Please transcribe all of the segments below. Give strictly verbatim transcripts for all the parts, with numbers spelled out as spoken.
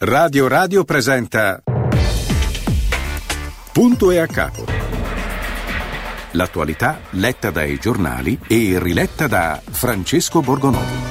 Radio Radio presenta Punto e a capo. L'attualità letta dai giornali e riletta da Francesco Borgonovo.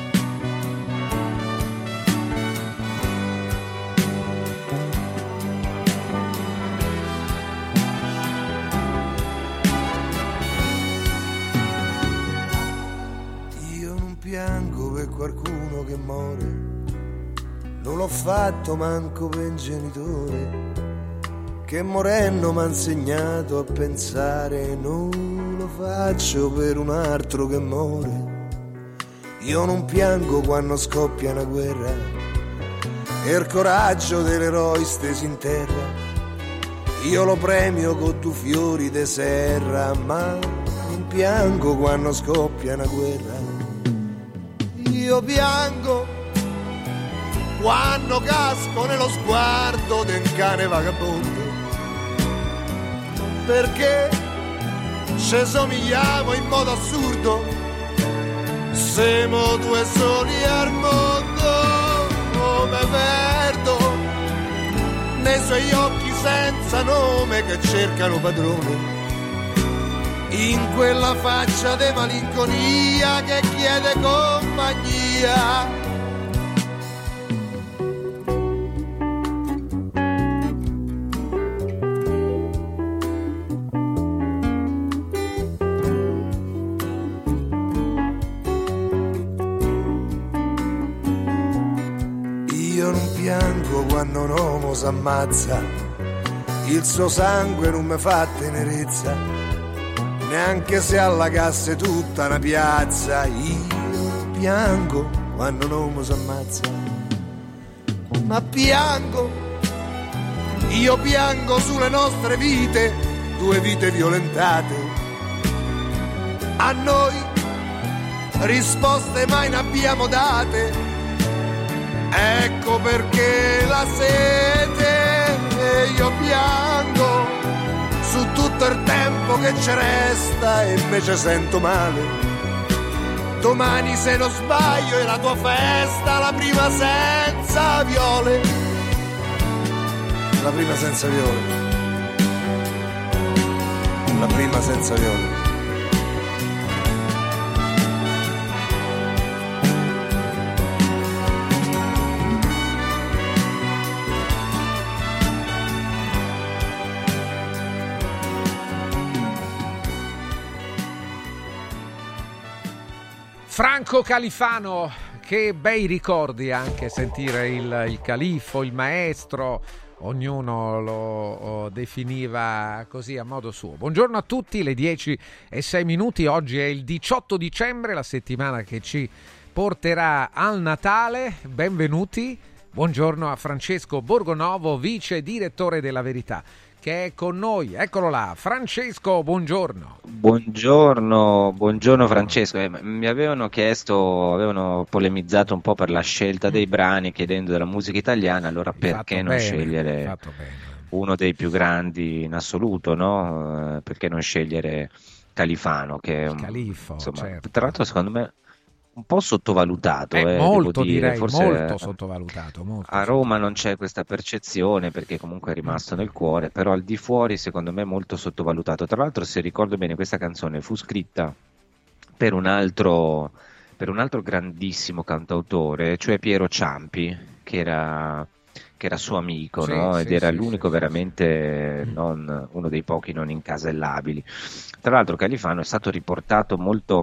Io non piango per qualcuno che muore, non l'ho fatto manco per un genitore che morendo m'ha insegnato a pensare, non lo faccio per un altro che muore. Io non piango quando scoppia una guerra e il coraggio dell'eroe stesi in terra. Io lo premio con due fiori de serra, ma non piango quando scoppia una guerra. Io piango quando casco nello sguardo del cane vagabondo, perché ci somigliamo in modo assurdo, siamo due soli al mondo. Come perdo nei suoi occhi senza nome che cercano padrone, in quella faccia di malinconia che chiede compagnia. Quando un uomo s'ammazza, il suo sangue non mi fa tenerezza, neanche se allagasse tutta una piazza. Io piango quando un uomo s'ammazza, ma piango, io piango sulle nostre vite, due vite violentate. A noi risposte mai ne abbiamo date. Ecco perché la sete, e io piango su tutto il tempo che ci resta e invece sento male. Domani se non sbaglio è la tua festa, la prima senza viole. La prima senza viole. La prima senza viole. Franco Califano, che bei ricordi anche sentire il, il califfo, il maestro, ognuno lo definiva così a modo suo. Buongiorno a tutti, le dieci e sei minuti, oggi è il diciotto dicembre, la settimana che ci porterà al Natale. Benvenuti, buongiorno a Francesco Borgonovo, vice direttore della Verità, che è con noi. Eccolo là, Francesco, buongiorno. Buongiorno, buongiorno Francesco. Eh, mi avevano chiesto, avevano polemizzato un po' per la scelta dei brani, chiedendo della musica italiana, allora perché non bene, scegliere uno dei più grandi in assoluto, no? Eh, perché non scegliere Califano, che è un, Califfo, insomma, certo. Tra l'altro secondo me un po' sottovalutato, eh, eh, molto devo dire. direi, Forse molto sottovalutato. Molto a Roma non c'è questa percezione perché comunque è rimasto nel cuore, però al di fuori secondo me è molto sottovalutato. Tra l'altro, se ricordo bene, questa canzone fu scritta per un altro, per un altro grandissimo cantautore, cioè Piero Ciampi, che era, che era suo amico, sì, no? sì, Ed era sì, l'unico sì, veramente sì. Non, uno dei pochi non incasellabili. Tra l'altro Califano è stato riportato molto,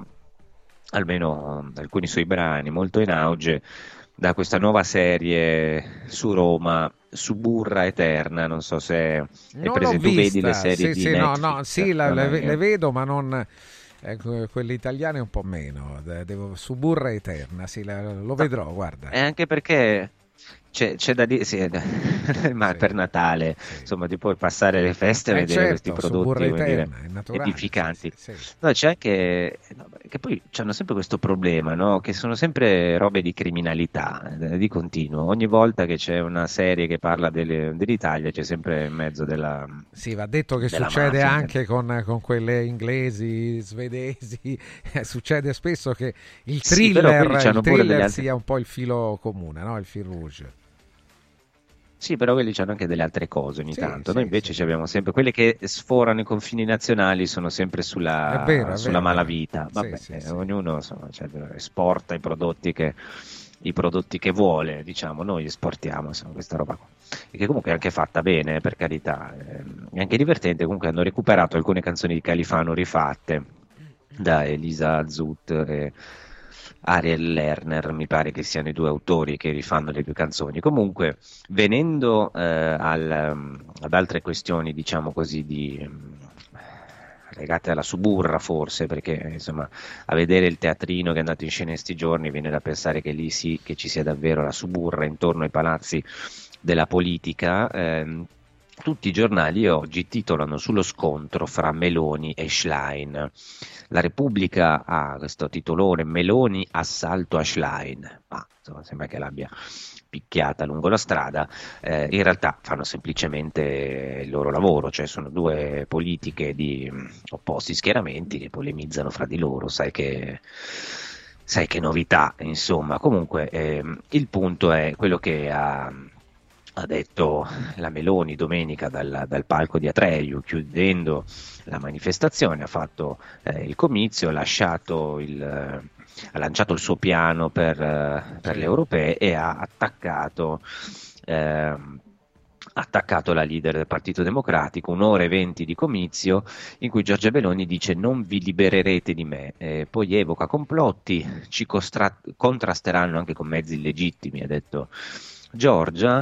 almeno alcuni suoi brani, molto in auge da questa nuova serie su Roma, Suburra Eterna. Non so se è Non presente, l'ho tu vista. vedi le serie sì, di sì, Netflix. no, no, sì, la, Non le, è- le vedo, ma non ecco, quelle italiane un po' meno. Devo, Suburra Eterna, sì, la, lo vedrò, guarda. E anche perché c'è, c'è da dire, sì, ma Sì. per Natale, Sì. insomma, ti puoi passare le feste a Eh, vedere certo, questi Suburra prodotti, come dire, Eterna, è naturale, edificanti. sì, sì, sì. No, c'è anche, no, che poi hanno sempre questo problema, no? Che sono sempre robe di criminalità, eh, di continuo. Ogni volta che c'è una serie che parla delle- dell'Italia c'è sempre in mezzo della... Sì, va detto che della succede mafia. anche con, con quelle inglesi, svedesi, eh, succede spesso che il Sì, però thriller, quelli c'hanno il pure thriller delle altre- sia un po' il filo comune, no? Il fil rouge. Sì, però quelli hanno anche delle altre cose ogni Sì, tanto. sì, Noi invece sì. ci abbiamo sempre quelle che sforano i confini nazionali, sono sempre È sulla, vero, è sulla vero, è vero. malavita. Sì, Vabbè, sì, eh, sì. ognuno insomma, cioè, esporta i prodotti che, i prodotti che vuole, diciamo, noi esportiamo insomma, questa roba qua. E che comunque è anche fatta bene, per carità. eh, È anche divertente, comunque hanno recuperato alcune canzoni di Califano rifatte da Elisa Zut e Ariel Lerner, mi pare che siano i due autori che rifanno le due canzoni. Comunque, venendo eh, al, um, ad altre questioni, diciamo così, di, um, legate alla suburra forse, perché insomma a vedere il teatrino che è andato in scena in sti giorni viene da pensare che lì sì, che ci sia davvero la suburra intorno ai palazzi della politica. ehm, tutti i giornali oggi titolano sullo scontro fra Meloni e Schlein. La Repubblica ha questo titolone: Meloni assalto a Schlein, ma insomma, sembra che l'abbia picchiata lungo la strada. Eh, in realtà fanno semplicemente il loro lavoro, cioè sono due politiche di mh, opposti schieramenti che polemizzano fra di loro, sai che, sai che novità, insomma. Comunque ehm, il punto è quello che ha, ha detto la Meloni domenica dal, dal palco di Atreju, chiudendo la manifestazione, ha fatto eh, il comizio, ha lasciato il, eh, ha lanciato il suo piano per, eh, per Sì. le europee e ha attaccato, eh, attaccato la leader del Partito Democratico, un'ora e venti di comizio in cui Giorgia Meloni dice non vi libererete di me, eh, poi evoca complotti, ci costra- contrasteranno anche con mezzi illegittimi, ha detto Giorgia.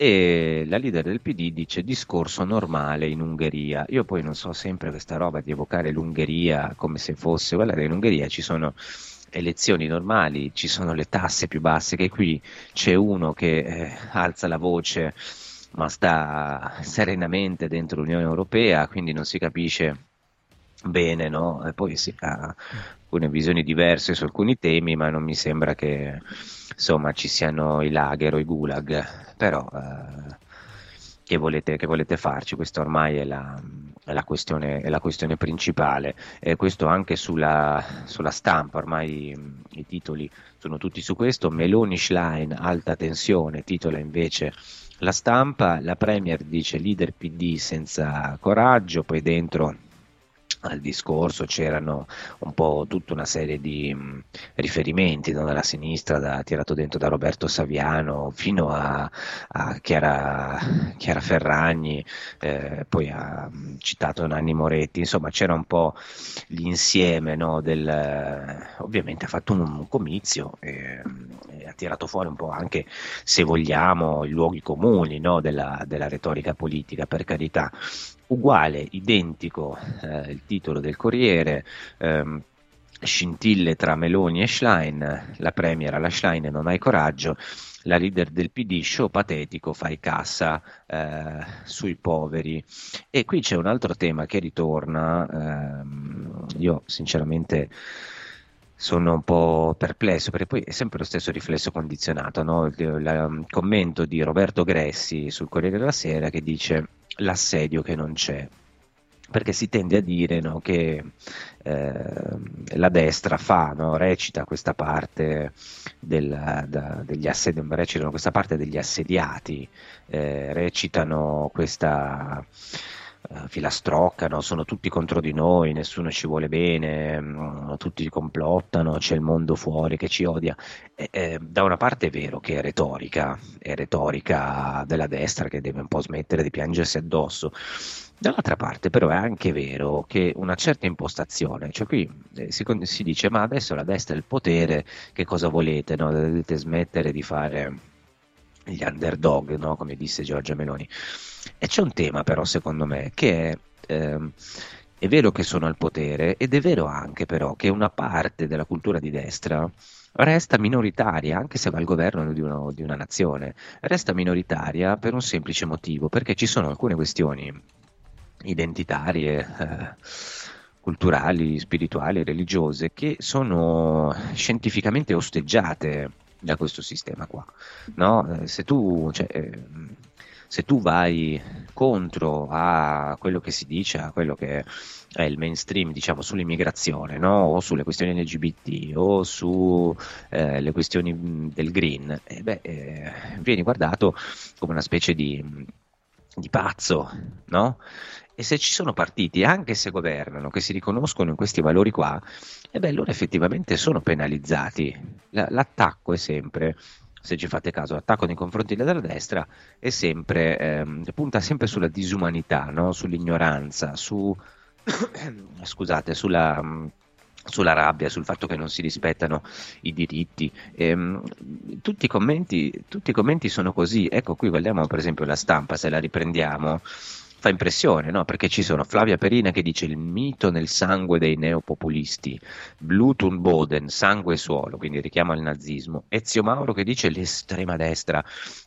E la leader del P D dice discorso normale in Ungheria. Io poi non so sempre questa roba di evocare l'Ungheria come se fosse, guardate, in Ungheria ci sono elezioni normali, ci sono le tasse più basse che qui, c'è uno che eh, alza la voce ma sta serenamente dentro l'Unione Europea, quindi non si capisce bene, no? E poi si ha alcune visioni diverse su alcuni temi, ma non mi sembra che insomma ci siano i lager o i gulag, però eh, che volete, che volete farci? Questa ormai è la, è la questione, è la questione principale, e questo anche sulla, sulla stampa, ormai mh, i titoli sono tutti su questo. Meloni Schlein, alta tensione, titola invece la stampa. La Premier dice leader P D senza coraggio, poi dentro al discorso c'erano un po' tutta una serie di mh, riferimenti, no, dalla sinistra, da, tirato dentro da Roberto Saviano fino a, a Chiara, Chiara Ferragni, eh, poi ha mh, citato Nanni Moretti, insomma c'era un po' l'insieme, no, del, ovviamente ha fatto un, un comizio e, e ha tirato fuori un po' anche, se vogliamo, i luoghi comuni, no, della, della retorica politica, per carità. Uguale, identico eh, il titolo del Corriere, ehm, scintille tra Meloni e Schlein, la Premier alla Schlein non hai coraggio, la leader del P D show patetico, fai cassa eh, sui poveri. E qui c'è un altro tema che ritorna, ehm, io sinceramente sono un po' perplesso, perché poi è sempre lo stesso riflesso condizionato, no? Il, il, il commento di Roberto Gressi sul Corriere della Sera che dice l'assedio che non c'è, perché si tende a dire, no, che eh, la destra fa, no, recita questa parte del, da, degli assedi, recitano questa parte degli assediati, eh, recitano questa uh, filastrocca, no? Sono tutti contro di noi, nessuno ci vuole bene, mh, tutti complottano, c'è il mondo fuori che ci odia. E, eh, da una parte è vero che è retorica, è retorica della destra che deve un po' smettere di piangersi addosso. Dall'altra parte però è anche vero che una certa impostazione, cioè qui eh, si, si dice ma adesso la destra è il potere, che cosa volete, no? Dovete smettere di fare gli underdog, no? Come disse Giorgia Meloni. E c'è un tema però secondo me che è, ehm, è vero che sono al potere ed è vero anche però che una parte della cultura di destra resta minoritaria, anche se va al governo di, uno, di una nazione, resta minoritaria per un semplice motivo, perché ci sono alcune questioni identitarie, eh, culturali, spirituali, religiose, che sono scientificamente osteggiate da questo sistema qua, no? Eh, se tu, cioè, eh, se tu vai contro a quello che si dice, a quello che è il mainstream, diciamo, sull'immigrazione, no? O sulle questioni L G B T o sulle eh, questioni mh, del green, eh, beh, eh, vieni guardato come una specie di, di pazzo, no? E se ci sono partiti, anche se governano, che si riconoscono in questi valori qua, e beh, loro effettivamente sono penalizzati. La- l'attacco è sempre, se ci fate caso, l'attacco nei confronti della destra è sempre, ehm, punta sempre sulla disumanità, no? Sull'ignoranza, su, scusate, sulla, mh, sulla rabbia, sul fatto che non si rispettano i diritti. Ehm, tutti i commenti, tutti i commenti sono così. Ecco, qui guardiamo per esempio la Stampa, se la riprendiamo. Fa impressione, no? Perché ci sono Flavia Perina che dice il mito nel sangue dei neopopulisti, Bluton Boden, sangue e suolo, quindi richiama al nazismo, Ezio Mauro che dice l'estrema destra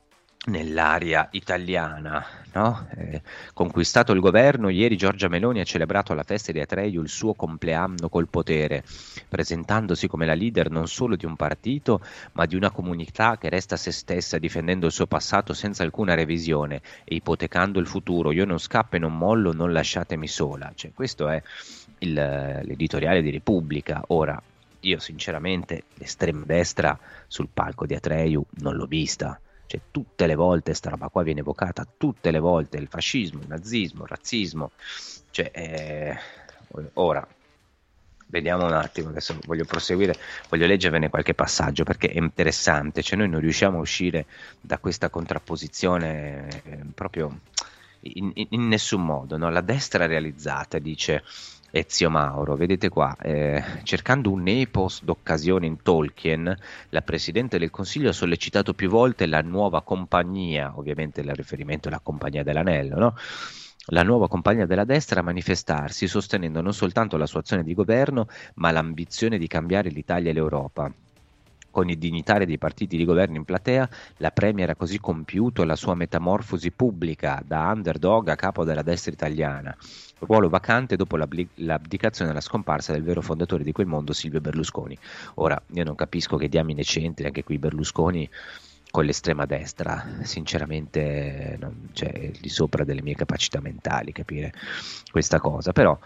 nell'area italiana, no? Eh, conquistato il governo, ieri Giorgia Meloni ha celebrato alla festa di Atreju il suo compleanno col potere, presentandosi come la leader non solo di un partito, ma di una comunità che resta se stessa, difendendo il suo passato senza alcuna revisione e ipotecando il futuro. Io non scappo e non mollo, non lasciatemi sola. Cioè, questo è il, l'editoriale di Repubblica. Ora, io sinceramente l'estrema destra sul palco di Atreju non l'ho vista. Cioè, tutte le volte sta roba qua viene evocata, tutte le volte il fascismo, il nazismo, il razzismo. Cioè, eh, ora vediamo un attimo, adesso voglio proseguire, voglio leggervene qualche passaggio perché è interessante. Cioè, noi non riusciamo a uscire da questa contrapposizione eh, proprio in, in, in nessun modo, no? La destra realizzata, dice Ezio Mauro, vedete qua, eh, cercando un epos d'occasione in Tolkien, la Presidente del Consiglio ha sollecitato più volte la nuova compagnia, ovviamente il riferimento alla Compagnia dell'Anello, no? La nuova compagnia della destra a manifestarsi, sostenendo non soltanto la sua azione di governo, ma l'ambizione di cambiare l'Italia e l'Europa. Con i dignitari dei partiti di governo in platea, la Premier ha così compiuto la sua metamorfosi pubblica da underdog a capo della destra italiana, ruolo vacante dopo l'abdicazione e la scomparsa del vero fondatore di quel mondo, Silvio Berlusconi. Ora, io non capisco che diamine c'entri anche qui Berlusconi con l'estrema destra, sinceramente non c'è di sopra delle mie capacità mentali capire questa cosa, però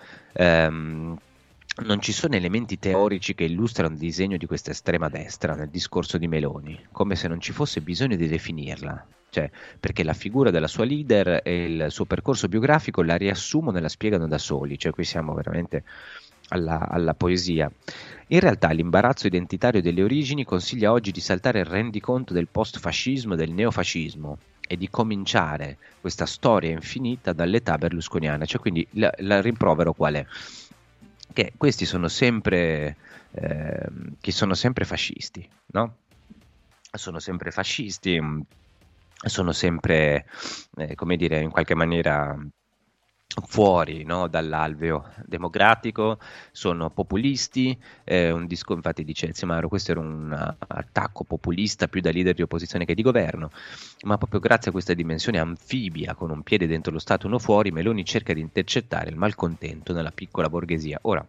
ehm, non ci sono elementi teorici che illustrano il disegno di questa estrema destra nel discorso di Meloni, come se non ci fosse bisogno di definirla, cioè perché la figura della sua leader e il suo percorso biografico la riassumono e la spiegano da soli, cioè qui siamo veramente alla, alla poesia. In realtà l'imbarazzo identitario delle origini consiglia oggi di saltare il rendiconto del post-fascismo e del neofascismo e di cominciare questa storia infinita dall'età berlusconiana, cioè quindi la, la rimprovero qual è? Che questi sono sempre, eh, che sono sempre fascisti, no? Sono sempre fascisti, sono sempre, eh, come dire, in qualche maniera fuori, no, dall'alveo democratico, sono populisti, eh, un disco, infatti dice Ezio Mauro, questo era un uh, attacco populista più da leader di opposizione che di governo, ma proprio grazie a questa dimensione anfibia con un piede dentro lo Stato e uno fuori, Meloni cerca di intercettare il malcontento nella piccola borghesia. Ora,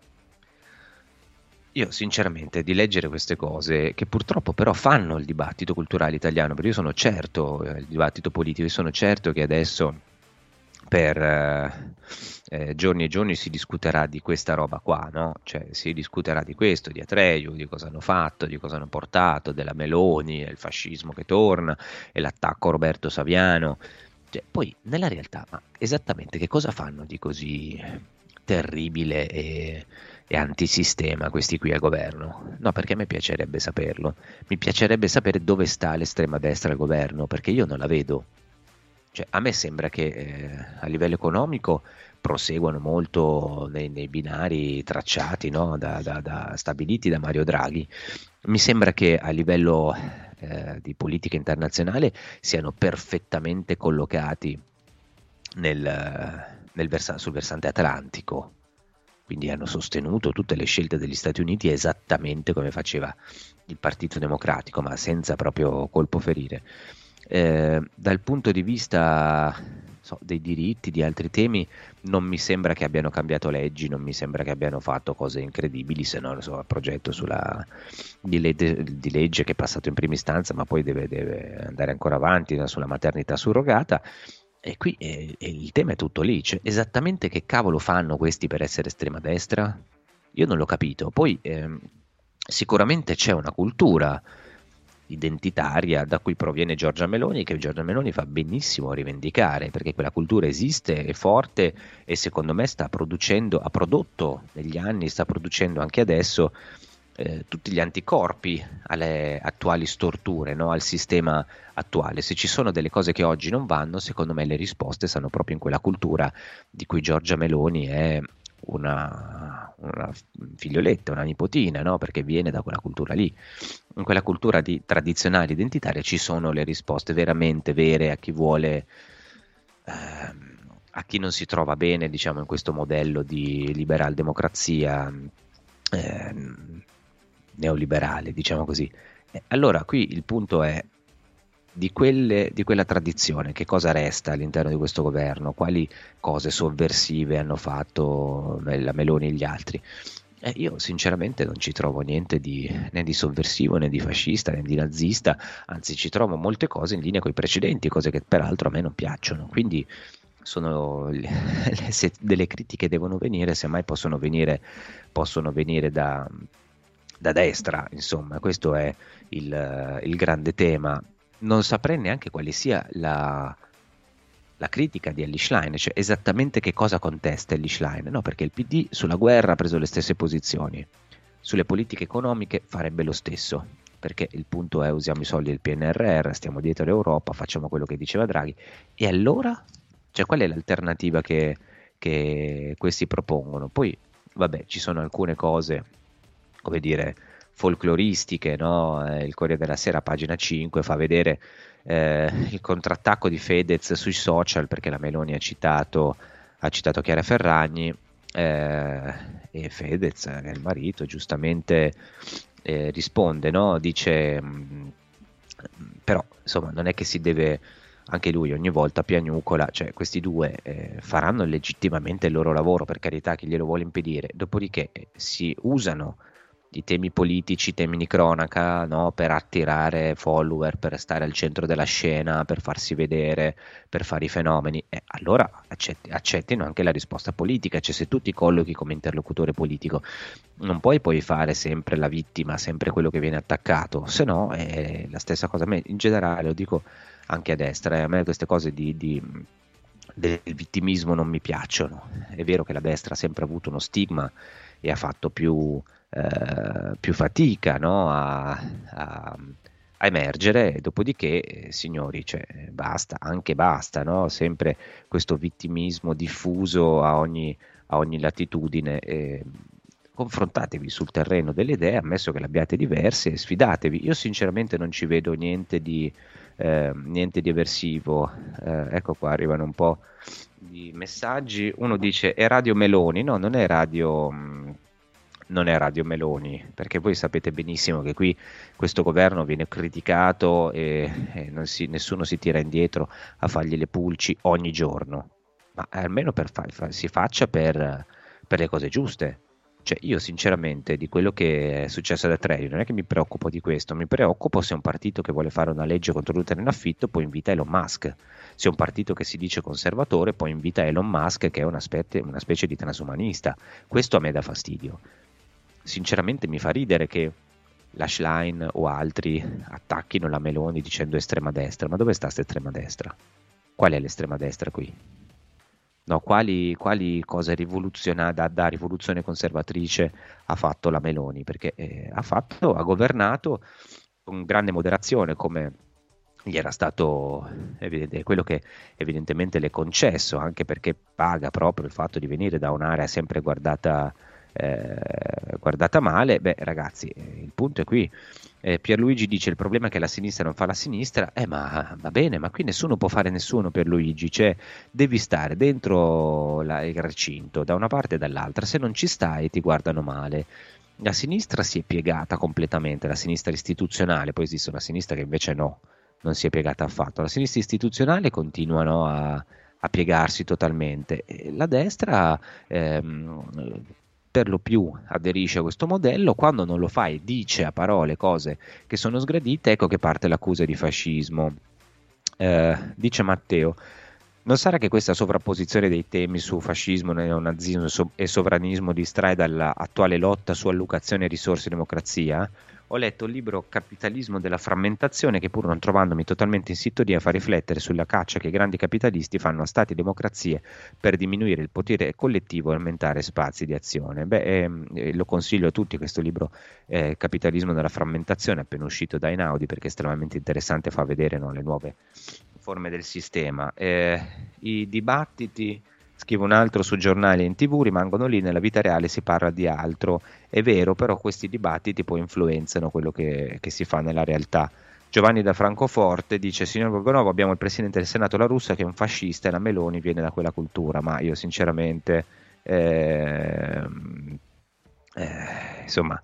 io sinceramente di leggere queste cose, che purtroppo però fanno il dibattito culturale italiano, perché io sono certo, eh, il dibattito politico, io sono certo che adesso per eh, eh, giorni e giorni si discuterà di questa roba qua, no? Cioè si discuterà di questo, di Atreju, di cosa hanno fatto, di cosa hanno portato, della Meloni, il fascismo che torna e l'attacco a Roberto Saviano. Cioè, poi nella realtà, ma esattamente che cosa fanno di così terribile e, e antisistema questi qui al governo? No, perché a me piacerebbe saperlo. Mi piacerebbe sapere dove sta l'estrema destra al governo, perché io non la vedo. Cioè, a me sembra che eh, a livello economico proseguano molto nei, nei binari tracciati, no? da, da, da, stabiliti da Mario Draghi. Mi sembra che a livello eh, di politica internazionale siano perfettamente collocati nel, nel versa- sul versante atlantico, quindi hanno sostenuto tutte le scelte degli Stati Uniti esattamente come faceva il Partito Democratico, ma senza proprio colpo ferire. Eh, dal punto di vista so, dei diritti, di altri temi, non mi sembra che abbiano cambiato leggi, non mi sembra che abbiano fatto cose incredibili, se no so, il progetto sulla, di, le, di legge che è passato in prima istanza, ma poi deve, deve andare ancora avanti, no, sulla maternità surrogata. E qui eh, il tema è tutto lì, cioè esattamente che cavolo fanno questi per essere estrema destra? Io non l'ho capito. Poi ehm, sicuramente c'è una cultura identitaria da cui proviene Giorgia Meloni, che Giorgia Meloni fa benissimo a rivendicare, perché quella cultura esiste, è forte e secondo me sta producendo, ha prodotto negli anni, sta producendo anche adesso eh, tutti gli anticorpi alle attuali storture, no? Al sistema attuale. Se ci sono delle cose che oggi non vanno, secondo me le risposte stanno proprio in quella cultura di cui Giorgia Meloni è una, una figlioletta, una nipotina, no? Perché viene da quella cultura lì. In quella cultura di, tradizionale identitaria ci sono le risposte veramente vere a chi vuole, ehm, a chi non si trova bene, diciamo, in questo modello di liberal democrazia ehm, neoliberale, diciamo così. Eh, allora qui il punto è di, quelle, di quella tradizione, che cosa resta all'interno di questo governo, quali cose sovversive hanno fatto la Meloni e gli altri. Eh, io sinceramente non ci trovo niente di, né di sovversivo né di fascista né di nazista, anzi ci trovo molte cose in linea con i precedenti, cose che peraltro a me non piacciono, quindi sono le, le, se delle critiche devono venire, semmai possono venire, possono venire da, da destra, insomma, questo è il, il grande tema. Non saprei neanche quale sia la, la critica di Elly Schlein, cioè esattamente che cosa contesta Elly Schlein, no, perché il P D sulla guerra ha preso le stesse posizioni, sulle politiche economiche farebbe lo stesso, perché il punto è usiamo i soldi del P N R R, stiamo dietro l'Europa, facciamo quello che diceva Draghi, e allora? Cioè qual è l'alternativa che, che questi propongono? Poi vabbè, ci sono alcune cose, come dire, folcloristiche, no? Eh, il Corriere della Sera, pagina cinque, fa vedere eh, il contrattacco di Fedez sui social, perché la Meloni ha citato, ha citato Chiara Ferragni eh, e Fedez, che è il marito, giustamente eh, risponde, no? Dice mh, però insomma non è che si deve, anche lui ogni volta piagnucola, cioè questi due eh, faranno legittimamente il loro lavoro, per carità, chi glielo vuole impedire, dopodiché eh, si usano i temi politici, temi di cronaca, no? Per attirare follower, per stare al centro della scena, per farsi vedere, per fare i fenomeni, e allora accetti, accettino anche la risposta politica, cioè se tu ti collochi come interlocutore politico non puoi poi fare sempre la vittima, sempre quello che viene attaccato, se no è la stessa cosa. A me in generale, lo dico anche a destra, eh, a me queste cose di, di del vittimismo non mi piacciono. È vero che la destra ha sempre avuto uno stigma e ha fatto più Eh, più fatica, no? a, a, a emergere, dopodiché eh, signori, cioè, basta, anche basta, no? Sempre questo vittimismo diffuso a ogni, a ogni latitudine. Eh, confrontatevi sul terreno delle idee, ammesso che le abbiate diverse, sfidatevi. Io sinceramente non ci vedo niente di, eh, niente di eversivo. Eh, ecco qua arrivano un po' di messaggi. Uno dice è Radio Meloni, no, non è Radio mh, non è Radio Meloni, perché voi sapete benissimo che qui questo governo viene criticato e, e non si, nessuno si tira indietro a fargli le pulci ogni giorno, ma almeno per fa, fa, si faccia per, per le cose giuste. Cioè io sinceramente di quello che è successo da Trevi non è che mi preoccupo di questo, mi preoccupo se un partito che vuole fare una legge contro l'utero in affitto poi invita Elon Musk, se un partito che si dice conservatore poi invita Elon Musk che è una specie, una specie di transumanista. Questo a me dà fastidio. Sinceramente mi fa ridere che la Schlein o altri attacchino la Meloni dicendo estrema destra, ma dove sta questa estrema destra? Qual è l'estrema destra qui? No, quali, quali cose rivoluzionari da, da rivoluzione conservatrice ha fatto la Meloni? Perché eh, ha fatto, ha governato con grande moderazione, come gli era stato evidente, quello che evidentemente le è concesso, anche perché paga proprio il fatto di venire da un'area sempre guardata Eh, guardata male. Beh ragazzi, eh, il punto è qui. eh, Pierluigi dice il problema è che la sinistra non fa la sinistra, eh ma va bene, ma qui nessuno può fare nessuno, Pierluigi, cioè devi stare dentro la, il recinto da una parte e dall'altra, se non ci stai ti guardano male. La sinistra si è piegata completamente, la sinistra istituzionale, poi esiste una sinistra che invece no, non si è piegata affatto, la sinistra istituzionale continuano a, a piegarsi totalmente, e la destra ehm, per lo più aderisce a questo modello. Quando non lo fa e dice a parole cose che sono sgradite, ecco che parte l'accusa di fascismo. Eh, dice Matteo, Non sarà che questa sovrapposizione dei temi su fascismo, neonazismo e sovranismo distrae dall'attuale lotta su allocazione risorse e democrazia? Ho letto il libro Capitalismo della frammentazione che, pur non trovandomi totalmente in sintonia, fa riflettere sulla caccia che i grandi capitalisti fanno a stati e democrazie per diminuire il potere collettivo e aumentare spazi di azione. Beh, eh, lo consiglio a tutti questo libro, eh, Capitalismo della frammentazione, appena uscito da Einaudi, perché è estremamente interessante, fa vedere, no, le nuove forme del sistema. Eh, I dibattiti, scrivo un altro, su giornali e in tv rimangono lì, nella vita reale si parla di altro. È vero, però questi dibattiti poi influenzano quello che, che si fa nella realtà. Giovanni da Francoforte dice: signor Borgonovo, abbiamo il presidente del Senato La Russa che è un fascista e la Meloni viene da quella cultura. Ma io sinceramente eh, eh, insomma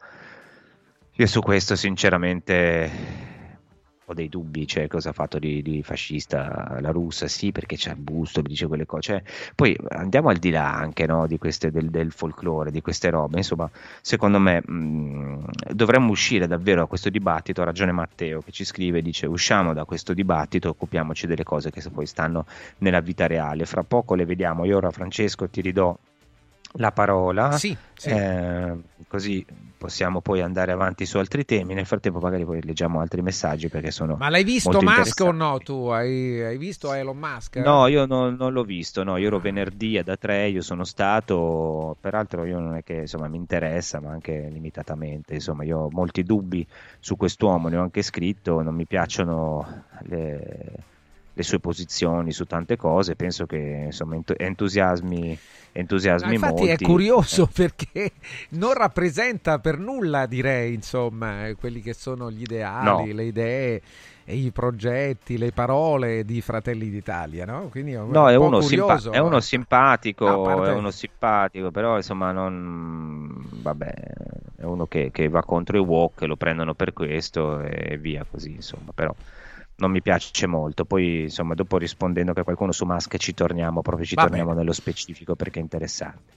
io su questo sinceramente ho dei dubbi. Cioè, cosa ha fatto di, di fascista La Russa? Sì, perché c'è il busto, mi dice quelle cose. Cioè, poi andiamo al di là anche, no, di queste, del, del folklore, di queste robe. Insomma, secondo me mh, dovremmo uscire davvero da questo dibattito. Ha ragione Matteo che ci scrive, dice: usciamo da questo dibattito, occupiamoci delle cose che poi stanno nella vita reale. Fra poco le vediamo. Io ora, Francesco, ti ridò la parola, sì, sì. Eh, così possiamo poi andare avanti su altri temi. Nel frattempo magari poi leggiamo altri messaggi, perché sono Ma l'hai visto molto Musk o no tu? Hai, hai visto Elon Musk? No, io non, non l'ho visto, no, io ero venerdì ad A tre, io sono stato, peraltro io non è che insomma mi interessa, ma anche limitatamente, insomma io ho molti dubbi su quest'uomo, ne ho anche scritto, non mi piacciono le... le sue posizioni su tante cose, penso che insomma entusiasmi, entusiasmi no, infatti molti. È curioso eh. perché non rappresenta per nulla, direi, insomma, quelli che sono gli ideali, no. le idee e i progetti, le parole di Fratelli d'Italia, no? Quindi è un, no, un è, po' uno curioso. simpa- è uno simpatico, no, parte... è uno simpatico, però insomma non, vabbè, è uno che, che va contro i woke, lo prendono per questo e via così, insomma, però non mi piace molto. Poi insomma dopo, rispondendo a qualcuno su Musk, ci torniamo proprio ci Va torniamo bene. nello specifico, perché è interessante.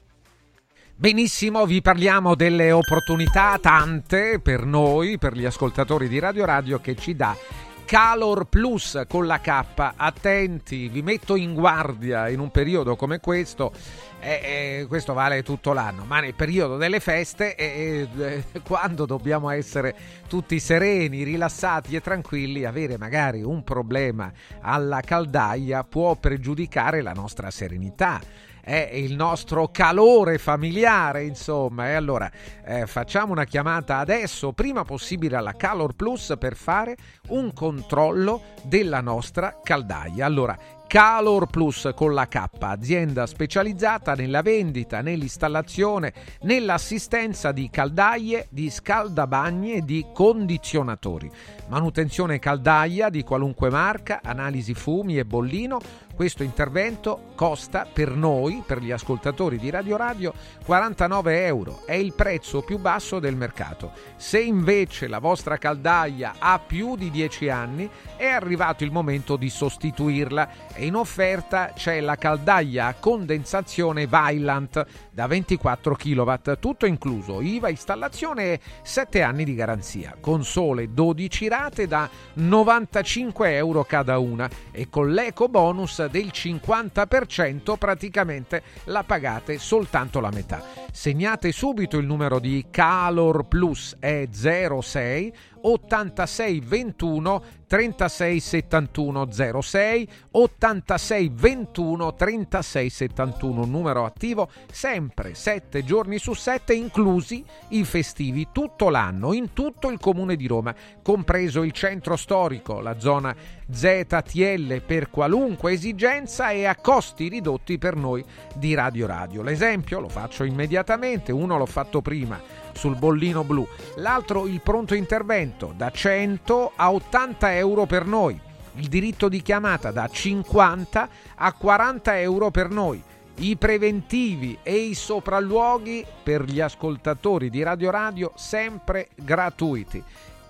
Benissimo, vi parliamo delle opportunità tante per noi, per gli ascoltatori di Radio Radio, che ci dà Calor Plus con la K. Attenti, vi metto in guardia in un periodo come questo. Eh, eh, questo vale tutto l'anno, ma nel periodo delle feste, eh, eh, quando dobbiamo essere tutti sereni, rilassati e tranquilli, avere magari un problema alla caldaia può pregiudicare la nostra serenità, è il nostro calore familiare, insomma. E allora eh, facciamo una chiamata adesso, prima possibile, alla Calor Plus per fare un controllo della nostra caldaia. Allora, Calor Plus con la K, azienda specializzata nella vendita, nell'installazione, nell'assistenza di caldaie, di scaldabagni e di condizionatori. Manutenzione caldaia di qualunque marca, analisi fumi e bollino. Questo intervento costa per noi, per gli ascoltatori di Radio Radio, quarantanove euro. È il prezzo più basso del mercato. Se invece la vostra caldaia ha più di dieci anni, è arrivato il momento di sostituirla. E in offerta c'è la caldaia a condensazione Vaillant da ventiquattro chilowatt, tutto incluso, I V A, installazione e sette anni di garanzia, con sole dodici rate da novantacinque euro cada una, e con l'eco bonus del cinquanta per cento praticamente la pagate soltanto la metà. Segnate subito il numero di Calor Plus, è zero sei ottantasei ventuno trentasei settantuno, zero sei ottantasei ventuno trentasei settantuno, numero attivo sempre sette giorni su sette, inclusi i festivi, tutto l'anno in tutto il comune di Roma, compreso il centro storico, la zona Z T L per qualunque esigenza e a costi ridotti per noi di Radio Radio. L'esempio lo faccio immediatamente, uno l'ho fatto prima sul bollino blu, l'altro il pronto intervento da cento a ottanta euro per noi, il diritto di chiamata da cinquanta a quaranta euro per noi, i preventivi e i sopralluoghi per gli ascoltatori di Radio Radio sempre gratuiti.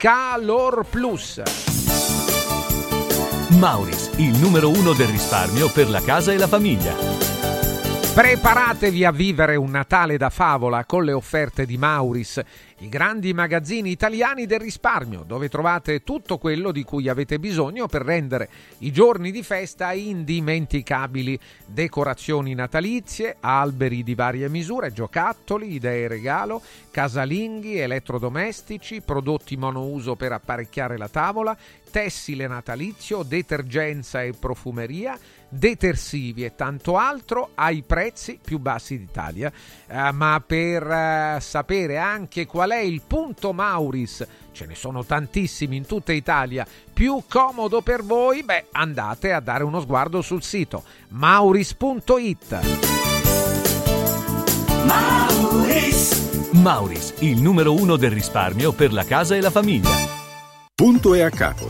Calor Plus. Mauris, il numero uno del risparmio per la casa e la famiglia. Preparatevi a vivere un Natale da favola con le offerte di Mauris, i grandi magazzini italiani del risparmio, dove trovate tutto quello di cui avete bisogno per rendere i giorni di festa indimenticabili. Decorazioni natalizie, alberi di varie misure, giocattoli, idee regalo, casalinghi, elettrodomestici, prodotti monouso per apparecchiare la tavola, tessile natalizio, detergenza e profumeria, detersivi e tanto altro ai prezzi più bassi d'Italia. Uh, ma per uh, sapere anche qual è il punto Mauris, ce ne sono tantissimi in tutta Italia, più comodo per voi, beh, andate a dare uno sguardo sul sito mauris punto it. Mauris. Mauris, il numero uno del risparmio per la casa e la famiglia. Punto e a capo.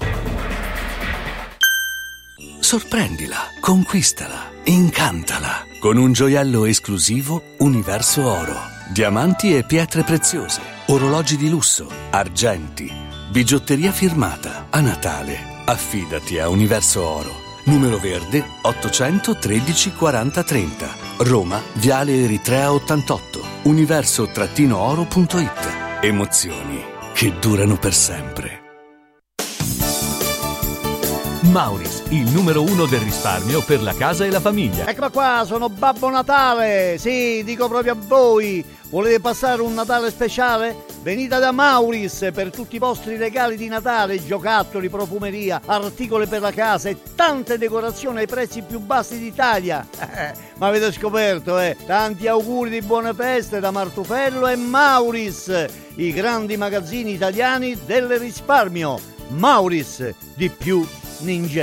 Sorprendila, conquistala, incantala con un gioiello esclusivo Universo Oro. Diamanti e pietre preziose, orologi di lusso, argenti, bigiotteria firmata. A Natale affidati a Universo Oro. Numero verde ottocentotredici quaranta trenta. Roma, Viale Eritrea ottantotto. universo oro punto it. Emozioni che durano per sempre. Mauris, il numero uno del risparmio per la casa e la famiglia. Eccola qua, sono Babbo Natale. Sì, dico proprio a voi. Volete passare un Natale speciale? Venite da Mauris per tutti i vostri regali di Natale, giocattoli, profumeria, articoli per la casa e tante decorazioni ai prezzi più bassi d'Italia. Ma avete scoperto, eh? Tanti auguri di buone feste da Martufello e Mauris, i grandi magazzini italiani del risparmio. Mauris, di più ninja.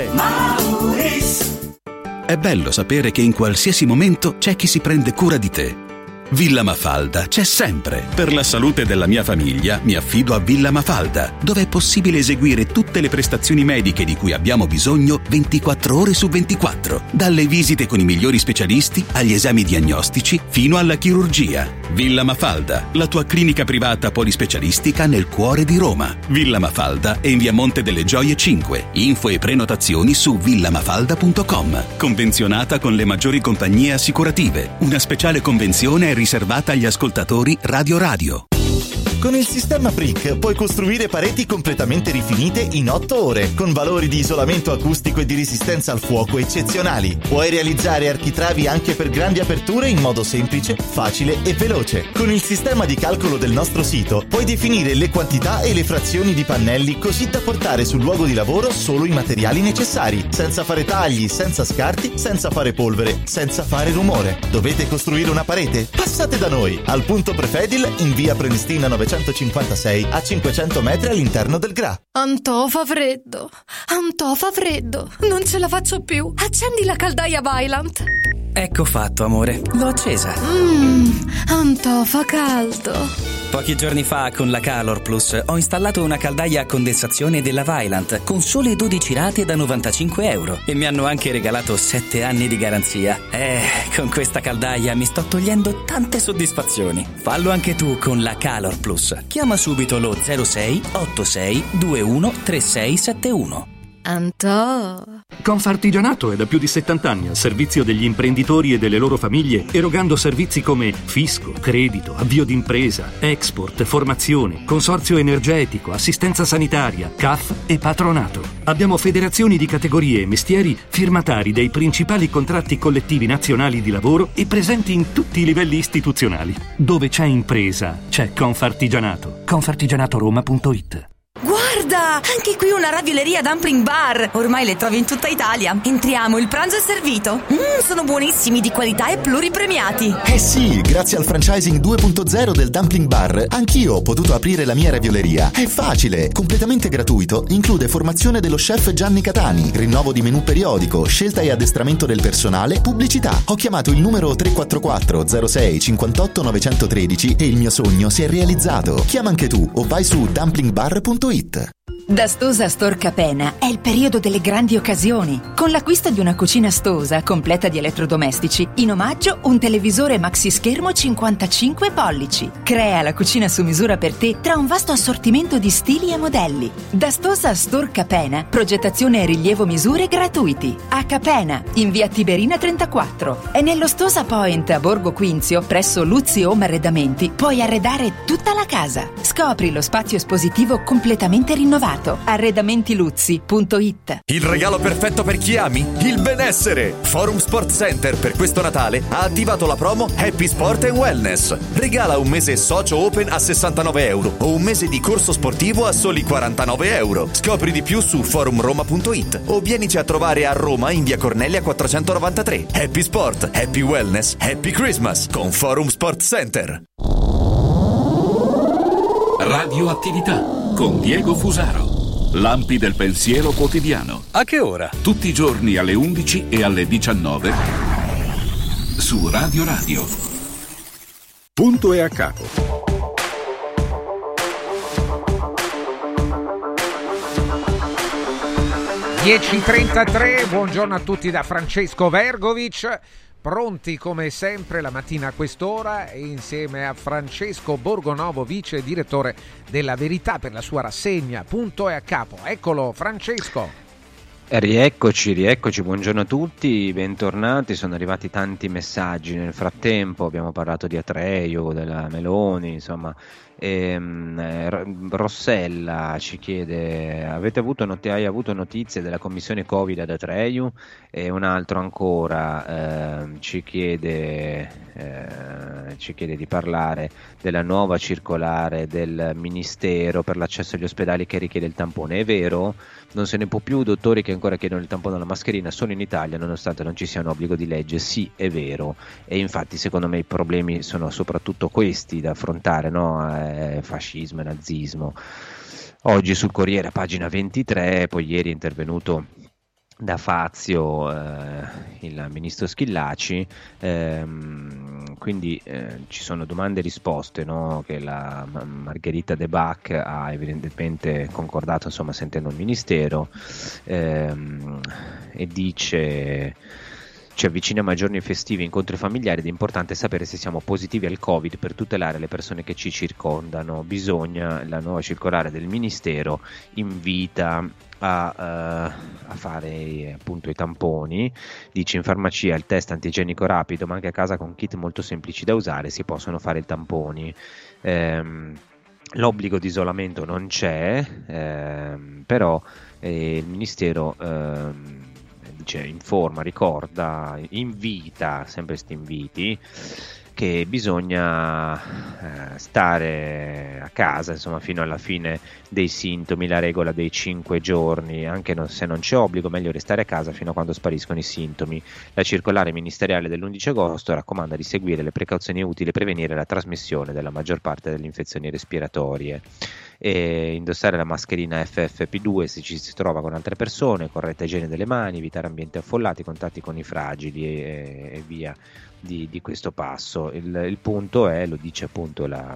Mauris. È bello sapere che in qualsiasi momento c'è chi si prende cura di te. Villa Mafalda c'è sempre. Per la salute della mia famiglia mi affido a Villa Mafalda, dove è possibile eseguire tutte le prestazioni mediche di cui abbiamo bisogno ventiquattro ore su ventiquattro. Dalle visite con i migliori specialisti agli esami diagnostici fino alla chirurgia. Villa Mafalda, la tua clinica privata polispecialistica nel cuore di Roma. Villa Mafalda è in via Monte delle Gioie cinque. Info e prenotazioni su villamafalda punto com. Convenzionata con le maggiori compagnie assicurative. Una speciale convenzione è riservata agli ascoltatori Radio Radio. Con il sistema Brick puoi costruire pareti completamente rifinite in otto ore, con valori di isolamento acustico e di resistenza al fuoco eccezionali. Puoi realizzare architravi anche per grandi aperture in modo semplice, facile e veloce. Con il sistema di calcolo del nostro sito puoi definire le quantità e le frazioni di pannelli così da portare sul luogo di lavoro solo i materiali necessari, senza fare tagli, senza scarti, senza fare polvere, senza fare rumore. Dovete costruire una parete? Passate da noi, al punto Prefedil in via Prenestina novecentocinquantasei a cinquecento metri all'interno del G R A. Antò fa freddo, Antò fa freddo, non ce la faccio più. Accendi la caldaia Vaillant. Ecco fatto, amore, l'ho accesa. Mmm, Antò fa caldo. Pochi giorni fa con la Calor Plus ho installato una caldaia a condensazione della Vaillant con sole dodici rate da novantacinque euro e mi hanno anche regalato sette anni di garanzia. Eh, con questa caldaia mi sto togliendo tante soddisfazioni. Fallo anche tu con la Calor Plus. Chiama subito lo zero sei otto sei due uno tre sei sette uno. Antò. Confartigianato è da più di settanta anni al servizio degli imprenditori e delle loro famiglie, erogando servizi come fisco, credito, avvio d'impresa, export, formazione, consorzio energetico, assistenza sanitaria, C A F e patronato. Abbiamo federazioni di categorie e mestieri firmatari dei principali contratti collettivi nazionali di lavoro e presenti in tutti i livelli istituzionali. Dove c'è impresa, c'è Confartigianato. confartigianato roma punto it. Guarda, anche qui una ravioleria Dumpling Bar. Ormai le trovi in tutta Italia. Entriamo, il pranzo è servito. Mmm, sono buonissimi, di qualità e pluripremiati. Eh sì, grazie al franchising due punto zero del Dumpling Bar, anch'io ho potuto aprire la mia ravioleria. È facile, completamente gratuito, include formazione dello chef Gianni Catani, rinnovo di menù periodico, scelta e addestramento del personale, pubblicità. Ho chiamato il numero tre quattro quattro zero sei cinquantotto novecentotredici e il mio sogno si è realizzato. Chiama anche tu o vai su dumpling bar punto it. Da Stosa Store Capena è il periodo delle grandi occasioni. Con l'acquisto di una cucina Stosa completa di elettrodomestici, in omaggio un televisore maxi schermo cinquantacinque pollici. Crea la cucina su misura per te tra un vasto assortimento di stili e modelli. Da Stosa Store Capena, progettazione e rilievo misure gratuiti. A Capena, in via Tiberina trentaquattro. E nello Stosa Point a Borgo Quinzio, presso Luzzi Home Arredamenti, puoi arredare tutta la casa. Scopri lo spazio espositivo completamente rinnovato. arredamentiluzzi punto it. Il regalo perfetto per chi ami? Il benessere! Forum Sport Center per questo Natale ha attivato la promo Happy Sport and Wellness. Regala un mese socio open a sessantanove euro o un mese di corso sportivo a soli quarantanove euro. Scopri di più su forum roma punto it o vienici a trovare a Roma in via Cornelia quattrocentonovantatré. Happy Sport, Happy Wellness, Happy Christmas con Forum Sport Center. Radioattività con Diego Fusaro. Lampi del pensiero quotidiano. A che ora? Tutti i giorni alle undici e alle diciannove su Radio Radio. Punto e a capo. dieci e trentatré, buongiorno a tutti da Francesco Vergovic. Pronti come sempre la mattina a quest'ora e insieme a Francesco Borgonovo, vice direttore della Verità, per la sua rassegna Punto e a capo. Eccolo Francesco. Rieccoci, rieccoci, buongiorno a tutti, bentornati. Sono arrivati tanti messaggi nel frattempo, abbiamo parlato di Atreju, della Meloni, insomma. Ehm, Rossella ci chiede: avete avuto not- hai avuto notizie della commissione Covid ad Atreju? E un altro ancora ehm, ci chiede eh, ci chiede di parlare della nuova circolare del Ministero per l'accesso agli ospedali che richiede il tampone. È vero, non se ne può più, dottori che ancora chiedono il tampone alla mascherina solo in Italia nonostante non ci sia un obbligo di legge. Sì, è vero, e infatti secondo me i problemi sono soprattutto questi da affrontare, no? Eh, fascismo e nazismo. Oggi sul Corriere, pagina ventitré, poi ieri è intervenuto da Fazio eh, il ministro Schillaci, ehm, quindi eh, ci sono domande e risposte, no? Che la Margherita De Bach ha evidentemente concordato, insomma, sentendo il ministero, ehm, e dice: ci avviciniamo ai giorni festivi, incontri familiari ed è importante sapere se siamo positivi al Covid per tutelare le persone che ci circondano. Bisogna, la nuova circolare del Ministero invita a, uh, a fare appunto i tamponi, dice: in farmacia il test antigenico rapido, ma anche a casa con kit molto semplici da usare si possono fare i tamponi. Ehm, l'obbligo di isolamento non c'è, ehm, però eh, il Ministero ehm, dice, informa, ricorda, invita, sempre questi inviti, che bisogna eh, stare a casa, insomma, fino alla fine dei sintomi, la regola dei cinque giorni, anche non, se non c'è obbligo, meglio restare a casa fino a quando spariscono i sintomi. La circolare ministeriale dell'undici agosto raccomanda di seguire le precauzioni utili a prevenire la trasmissione della maggior parte delle infezioni respiratorie. E indossare la mascherina F F P due se ci si trova con altre persone, corretta igiene delle mani, evitare ambienti affollati, contatti con i fragili e, e via di, di questo passo. Il, il punto è, lo dice appunto la,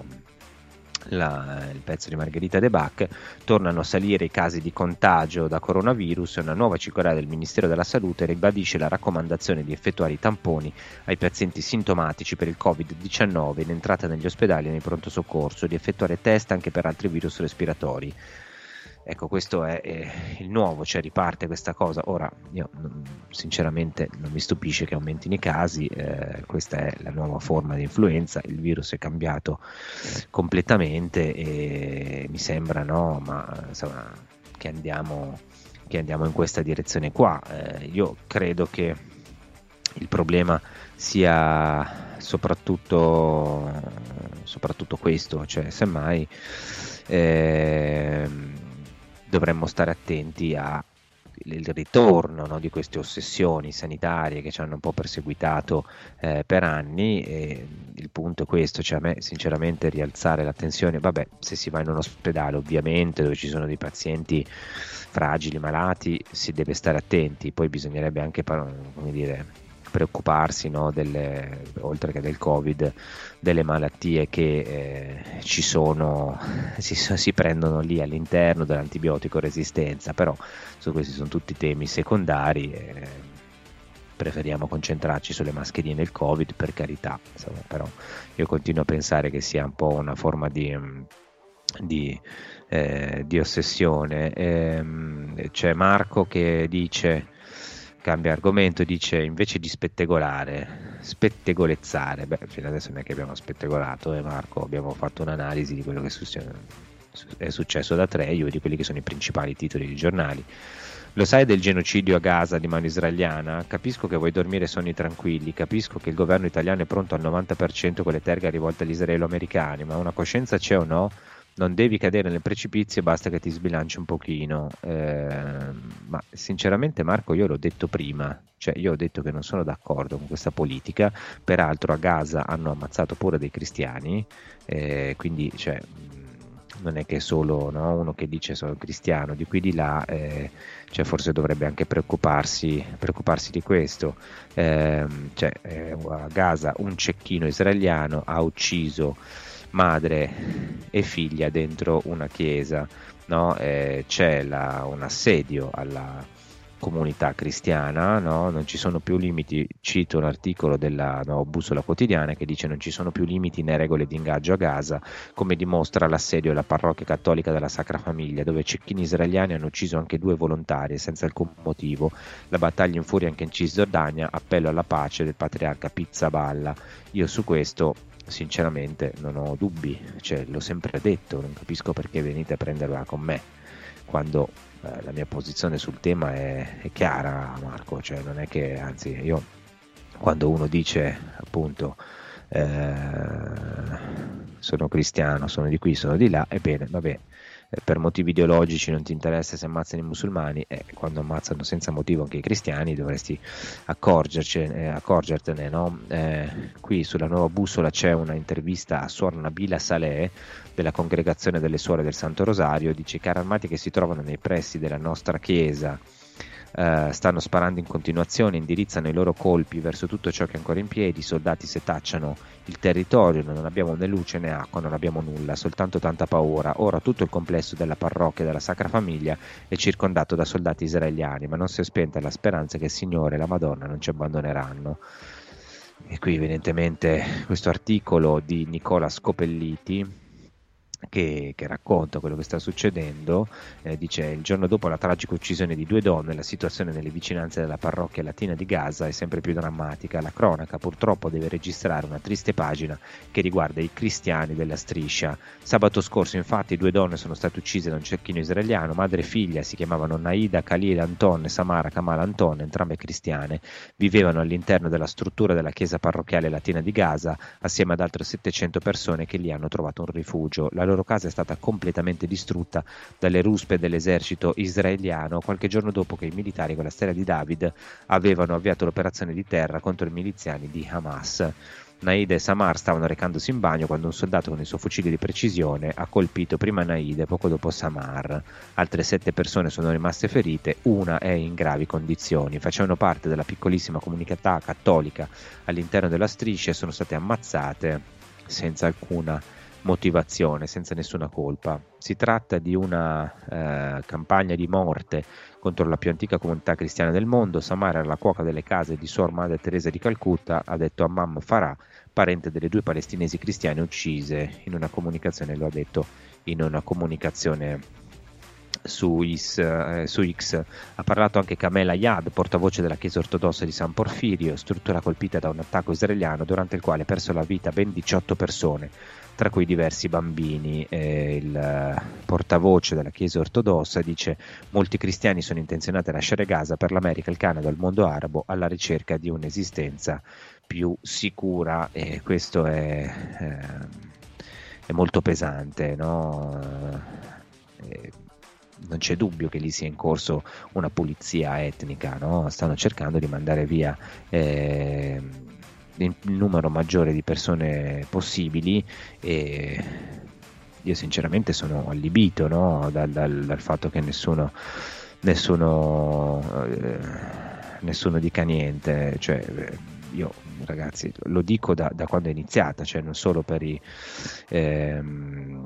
la, il pezzo di Margherita De Bach, tornano a salire i casi di contagio da coronavirus. Una nuova circolare del Ministero della Salute ribadisce la raccomandazione di effettuare i tamponi ai pazienti sintomatici per il covid diciannove in entrata negli ospedali e nei pronto soccorso, di effettuare test anche per altri virus respiratori. Ecco, questo è, è il nuovo, cioè riparte questa cosa. Ora, io sinceramente non mi stupisce che aumentino i casi, eh, questa è la nuova forma di influenza, il virus è cambiato completamente e mi sembra, no, ma insomma, che andiamo, che andiamo in questa direzione qua. Eh, io credo che il problema sia soprattutto, soprattutto questo, cioè semmai eh, dovremmo stare attenti al ritorno, no, di queste ossessioni sanitarie che ci hanno un po' perseguitato eh, per anni. E il punto è questo, cioè a me sinceramente rialzare la tensione, vabbè, se si va in un ospedale ovviamente dove ci sono dei pazienti fragili, malati, si deve stare attenti, poi bisognerebbe anche, come dire, preoccuparsi, no, delle, oltre che del Covid, delle malattie che eh, ci sono, si, si prendono lì all'interno dell'antibiotico resistenza, però su questi sono tutti temi secondari. Eh, preferiamo concentrarci sulle mascherine e il Covid, per carità, insomma, però io continuo a pensare che sia un po' una forma di, di, eh, di ossessione. Eh, c'è Marco che dice, cambia argomento, dice invece di spettegolare, spettegolezzare, beh, fino adesso non è che abbiamo spettegolato, eh, Marco, abbiamo fatto un'analisi di quello che è successo da tre, io di quelli che sono i principali titoli dei giornali. Lo sai del genocidio a Gaza di mano israeliana? Capisco che vuoi dormire sonni tranquilli, capisco che il governo italiano è pronto al novanta per cento con le terghe rivolte agli israelo-americani, ma una coscienza c'è o no? Non devi cadere nel precipizio, basta che ti sbilanci un pochino. Eh, ma sinceramente, Marco, io l'ho detto prima, cioè io ho detto che non sono d'accordo con questa politica. Peraltro a Gaza hanno ammazzato pure dei cristiani, eh, quindi cioè, non è che solo, no, uno che dice sono cristiano di qui di là, eh, cioè forse dovrebbe anche preoccuparsi, preoccuparsi di questo. Eh, cioè, eh, a Gaza un cecchino israeliano ha ucciso madre e figlia dentro una chiesa, no? Eh, c'è la, un assedio alla comunità cristiana, no? Non ci sono più limiti, cito un articolo della no, Bussola Quotidiana che dice non ci sono più limiti né regole di ingaggio a Gaza, come dimostra l'assedio alla parrocchia cattolica della Sacra Famiglia, dove cecchini israeliani hanno ucciso anche due volontari senza alcun motivo. La battaglia in furia anche in Cisgiordania, appello alla pace del patriarca Pizzaballa. Io su questo sinceramente non ho dubbi, cioè, l'ho sempre detto, non capisco perché venite a prenderla con me quando eh, la mia posizione sul tema è, è chiara, Marco, cioè non è che, anzi, io quando uno dice appunto eh, sono cristiano, sono di qui, sono di là, ebbene vabbè, per motivi ideologici non ti interessa se ammazzano i musulmani, e eh, quando ammazzano senza motivo anche i cristiani dovresti accorgercene, accorgertene, no? Eh, qui sulla Nuova Bussola c'è una intervista a Suor Nabila Saleh della Congregazione delle Suore del Santo Rosario, dice: i carri armati che si trovano nei pressi della nostra chiesa Uh, stanno sparando in continuazione, indirizzano i loro colpi verso tutto ciò che è ancora in piedi, i soldati setacciano il territorio, non abbiamo né luce né acqua, non abbiamo nulla, soltanto tanta paura. Ora tutto il complesso della parrocchia della Sacra Famiglia è circondato da soldati israeliani, ma non si è spenta la speranza che il Signore e la Madonna non ci abbandoneranno. E qui evidentemente questo articolo di Nicola Scopelliti Che, che racconta quello che sta succedendo, eh, dice: il giorno dopo la tragica uccisione di due donne, la situazione nelle vicinanze della parrocchia latina di Gaza è sempre più drammatica. La cronaca purtroppo deve registrare una triste pagina che riguarda i cristiani della striscia. Sabato scorso infatti due donne sono state uccise da un cecchino israeliano, madre e figlia, si chiamavano Naida Khalil Anton e Samara Kamal Anton, entrambe cristiane, vivevano all'interno della struttura della chiesa parrocchiale latina di Gaza assieme ad altre settecento persone che lì hanno trovato un rifugio. La loro casa è stata completamente distrutta dalle ruspe dell'esercito israeliano qualche giorno dopo che i militari con la stella di David avevano avviato l'operazione di terra contro i miliziani di Hamas. Naida e Samar stavano recandosi in bagno quando un soldato con il suo fucile di precisione ha colpito prima Naida e poco dopo Samar. Altre sette persone sono rimaste ferite, una è in gravi condizioni. Facevano parte della piccolissima comunità cattolica all'interno della striscia e sono state ammazzate senza alcuna motivazione, senza nessuna colpa. Si tratta di una eh, campagna di morte contro la più antica comunità cristiana del mondo. Samara era la cuoca delle case di Suor Madre Teresa di Calcutta, ha detto Hammam Farah, parente delle due palestinesi cristiane uccise in una comunicazione, lo ha detto in una comunicazione su, Is, eh, su X. Ha parlato anche Kamel Ayad, portavoce della Chiesa ortodossa di San Porfirio, struttura colpita da un attacco israeliano durante il quale persero la vita ben diciotto persone, tra cui diversi bambini. Eh, il portavoce della Chiesa ortodossa dice: molti cristiani sono intenzionati a lasciare Gaza per l'America, il Canada, il mondo arabo alla ricerca di un'esistenza più sicura, e questo è, eh, è molto pesante, no? Eh, non c'è dubbio che lì sia in corso una pulizia etnica, no? Stanno cercando di mandare via eh, il numero maggiore di persone possibili, e io sinceramente sono allibito, no? dal, dal, dal fatto che nessuno nessuno eh, nessuno dica niente, cioè io ragazzi lo dico da, da quando è iniziata, cioè non solo per i ehm,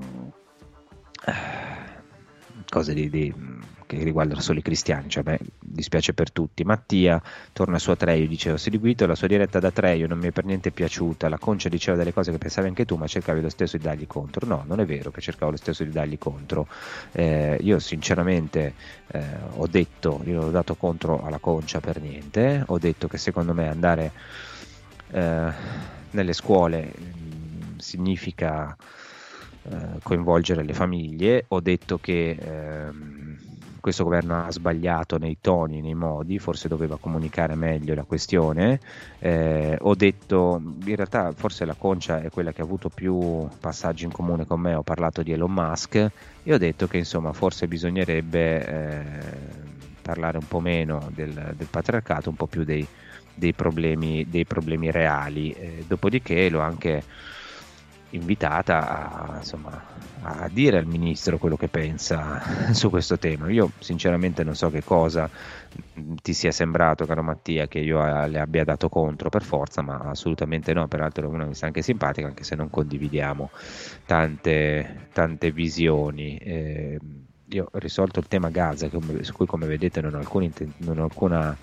cose di, di, che riguardano solo i cristiani, cioè a me dispiace per tutti. Mattia torna su Atreio, dice: ho seguito la sua diretta da Atreio, non mi è per niente piaciuta, la Concia diceva delle cose che pensavi anche tu, ma cercavi lo stesso di dargli contro. No, non è vero che cercavo lo stesso di dargli contro, eh, io sinceramente eh, ho detto, io non ho dato contro alla Concia per niente, ho detto che secondo me andare eh, nelle scuole mh, significa eh, coinvolgere le famiglie, ho detto che ehm, questo governo ha sbagliato nei toni, nei modi, forse doveva comunicare meglio la questione, eh, ho detto, in realtà forse la Concia è quella che ha avuto più passaggi in comune con me, ho parlato di Elon Musk e ho detto che insomma forse bisognerebbe eh, parlare un po' meno del, del patriarcato, un po' più dei, dei, problemi, dei problemi reali, eh, dopodiché l'ho anche invitata a, insomma, a dire al ministro quello che pensa su questo tema. Io sinceramente non so che cosa ti sia sembrato, caro Mattia, che io le abbia dato contro per forza, ma assolutamente no. Peraltro è una che mi sta anche simpatica, anche se non condividiamo tante, tante visioni. Eh, io ho risolto il tema Gaza, che, su cui come vedete non ho, alcun, non ho alcuna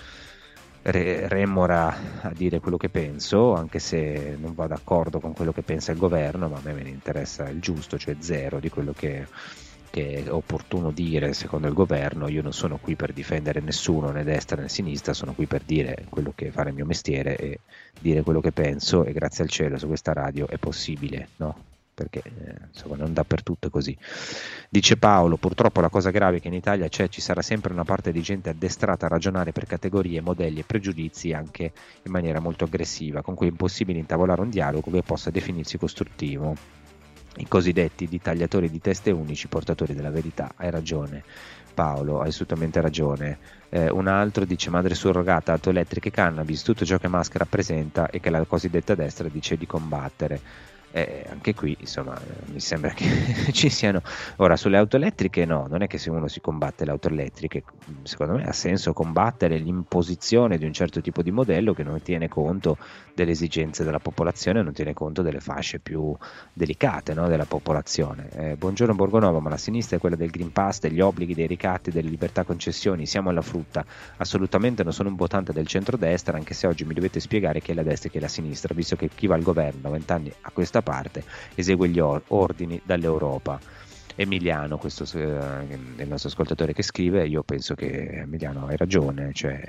Re, remora a dire quello che penso, anche se non vado d'accordo con quello che pensa il governo, ma a me me ne interessa il giusto, cioè zero di quello che, che è opportuno dire secondo il governo. Io non sono qui per difendere nessuno, né destra né sinistra, sono qui per dire quello che fare il mio mestiere e dire quello che penso, e grazie al cielo su questa radio è possibile, no? Perché eh, insomma non dappertutto è così. Dice Paolo: purtroppo la cosa grave è che in Italia c'è, ci sarà sempre una parte di gente addestrata a ragionare per categorie, modelli e pregiudizi anche in maniera molto aggressiva, con cui è impossibile intavolare un dialogo che possa definirsi costruttivo. I cosiddetti ditagliatori di teste unici, portatori della verità. Hai ragione Paolo, hai assolutamente ragione. Eh, un altro dice: madre surrogata, auto elettriche, cannabis, tutto ciò che Musk rappresenta e che la cosiddetta destra dice di combattere. Eh, anche qui insomma mi sembra che ci siano, ora sulle auto elettriche no, non è che se uno si combatte le auto elettriche, secondo me ha senso combattere l'imposizione di un certo tipo di modello che non tiene conto delle esigenze della popolazione, non tiene conto delle fasce più delicate, no, della popolazione. Eh, buongiorno Borgonovo, ma la sinistra è quella del Green Pass, degli obblighi, dei ricatti, delle libertà concessioni, siamo alla frutta. Assolutamente non sono un votante del centrodestra, anche se oggi mi dovete spiegare chi è la destra e chi è la sinistra, visto che chi va al governo da vent'anni a questa parte esegue gli or- ordini dall'Europa. Emiliano, questo eh, è il nostro ascoltatore che scrive, io penso che Emiliano hai ragione, cioè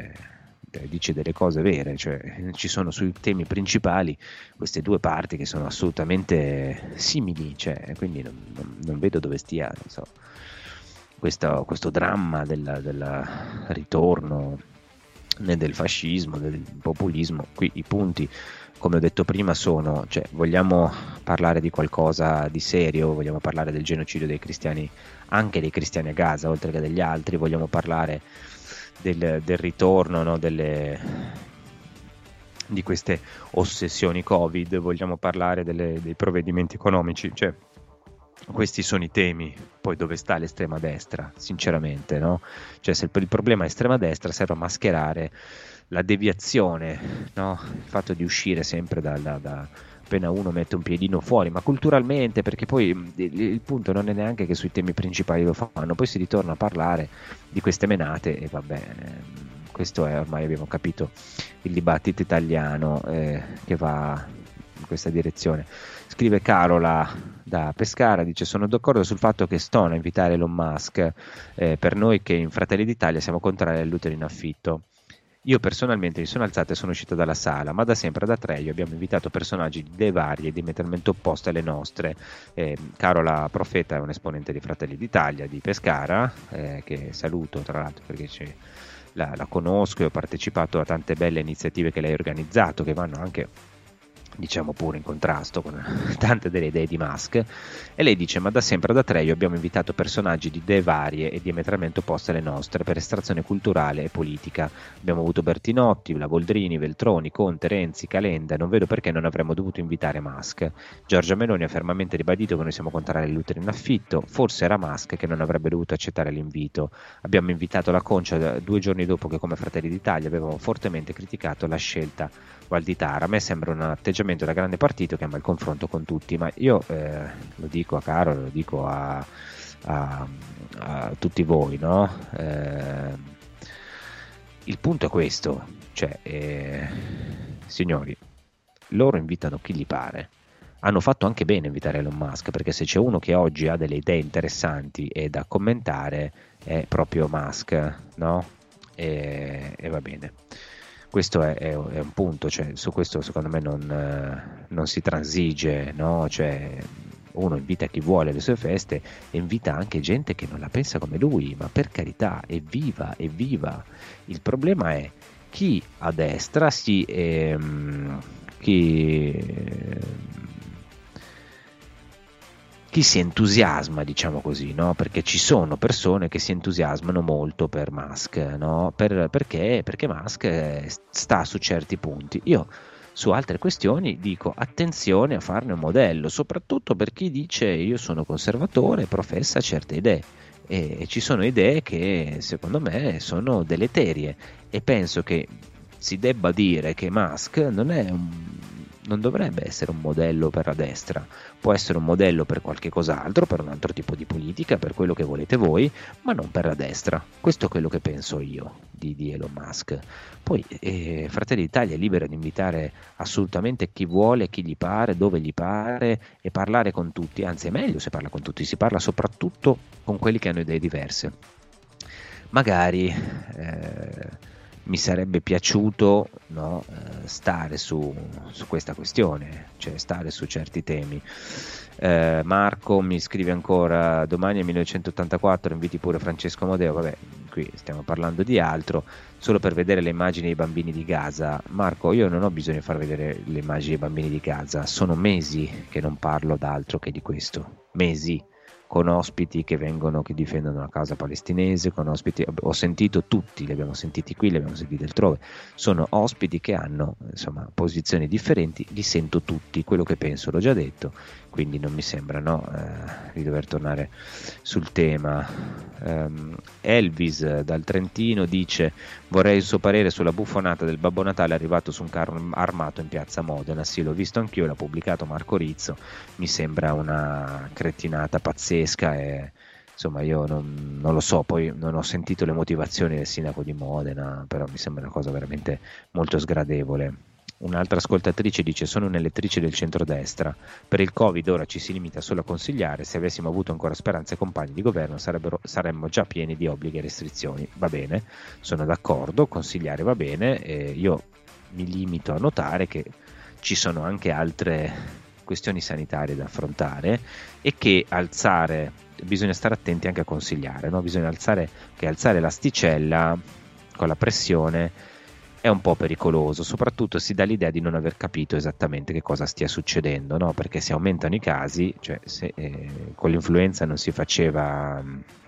eh, dice delle cose vere, cioè ci sono sui temi principali queste due parti che sono assolutamente simili, cioè, quindi non, non, non vedo dove stia, non so, questo, questo dramma del, del ritorno né del fascismo, del populismo. Qui i punti, come ho detto prima, sono, cioè, vogliamo parlare di qualcosa di serio, vogliamo parlare del genocidio dei cristiani, anche dei cristiani a Gaza, oltre che degli altri, vogliamo parlare del, del ritorno, no, delle, di queste ossessioni Covid, vogliamo parlare delle, dei provvedimenti economici, cioè questi sono i temi. Poi dove sta l'estrema destra, sinceramente, no? Cioè se il problema è estrema destra serve a mascherare la deviazione, no? Il fatto di uscire sempre da, da, da appena uno mette un piedino fuori, ma culturalmente, perché poi il, il punto non è neanche che sui temi principali lo fanno, poi si ritorna a parlare di queste menate e vabbè, questo è, ormai abbiamo capito, il dibattito italiano eh, che va in questa direzione. Scrive Carola da Pescara, dice: sono d'accordo sul fatto che Stone a invitare Elon Musk, eh, per noi che in Fratelli d'Italia siamo contrari all'utero in affitto. Io personalmente mi sono alzata e sono uscita dalla sala, ma da sempre ad Atreio abbiamo invitato personaggi di idee varie e diametralmente opposte alle nostre. Eh, Carola Profeta è un esponente di Fratelli d'Italia di Pescara, eh, che saluto tra l'altro perché c'è, la, la conosco e ho partecipato a tante belle iniziative che lei ha organizzato, che vanno anche diciamo pure in contrasto con tante delle idee di Musk, e lei dice: ma da sempre ad Atreio abbiamo invitato personaggi di idee varie e diametralmente opposte alle nostre per estrazione culturale e politica. Abbiamo avuto Bertinotti, la Boldrini, Veltroni, Conte, Renzi, Calenda, non vedo perché non avremmo dovuto invitare Musk. Giorgia Meloni ha fermamente ribadito che noi siamo contrari all'utero in affitto, forse era Musk che non avrebbe dovuto accettare l'invito. Abbiamo invitato la Concia due giorni dopo che come Fratelli d'Italia avevamo fortemente criticato la scelta Valditara. A me sembra un atteggiamento da grande partito che ama il confronto con tutti, ma io eh, lo dico a Caro, lo dico a, a, a tutti voi, no? Eh, il punto è questo, cioè eh, signori, loro invitano chi gli pare. Hanno fatto anche bene invitare Elon Musk, perché se c'è uno che oggi ha delle idee interessanti e da commentare è proprio Musk, no? E, e va bene. Questo è, è, è un punto, cioè, su questo secondo me non, eh, non si transige, no? Cioè, uno invita chi vuole alle sue feste e invita anche gente che non la pensa come lui, ma per carità, evviva, evviva. Il problema è chi a destra si ehm, chi, ehm, chi si entusiasma, diciamo così, no? Perché ci sono persone che si entusiasmano molto per Musk, no? Per, perché, perché Musk sta su certi punti. Io su altre questioni dico attenzione a farne un modello, soprattutto per chi dice io sono conservatore e professa certe idee. E, e ci sono idee che secondo me sono deleterie, e penso che si debba dire che Musk non è un non dovrebbe essere un modello per la destra, può essere un modello per qualche cos'altro, per un altro tipo di politica, per quello che volete voi, ma non per la destra. Questo è quello che penso io di, di Elon Musk. Poi eh, Fratelli d'Italia è libero di invitare assolutamente chi vuole, chi gli pare, dove gli pare, e parlare con tutti, anzi è meglio se parla con tutti, si parla soprattutto con quelli che hanno idee diverse. Magari eh, mi sarebbe piaciuto, no, eh, stare su, su questa questione, cioè stare su certi temi. Eh, Marco mi scrive ancora: domani è millenovecentottantaquattro, inviti pure Francesco Amodeo. Vabbè, qui stiamo parlando di altro, solo per vedere le immagini dei bambini di Gaza. Marco, io non ho bisogno di far vedere le immagini dei bambini di Gaza, sono mesi che non parlo d'altro che di questo, mesi, con ospiti che vengono, che difendono la causa palestinese, con ospiti, ho sentito tutti, li abbiamo sentiti qui, li abbiamo sentiti altrove, sono ospiti che hanno insomma posizioni differenti, li sento tutti, quello che penso l'ho già detto, quindi non mi sembra, no, eh, di dover tornare sul tema. Um, Elvis dal Trentino dice: vorrei il suo parere sulla buffonata del Babbo Natale arrivato su un carro armato in piazza Modena. Sì, l'ho visto anch'io, l'ha pubblicato Marco Rizzo, mi sembra una cretinata pazzesca e insomma io non, non lo so, poi non ho sentito le motivazioni del sindaco di Modena, però mi sembra una cosa veramente molto sgradevole. Un'altra ascoltatrice dice: sono un'elettrice del centrodestra, per il Covid ora ci si limita solo a consigliare, se avessimo avuto ancora speranze e compagni di governo sarebbero, saremmo già pieni di obblighi e restrizioni. Va bene, sono d'accordo, consigliare va bene, e io mi limito a notare che ci sono anche altre questioni sanitarie da affrontare e che alzare, bisogna stare attenti anche a consigliare, no? Bisogna alzare, che alzare l'asticella con la pressione è un po' pericoloso, soprattutto si dà l'idea di non aver capito esattamente che cosa stia succedendo, no? Perché se aumentano i casi, cioè se eh, con l'influenza non si faceva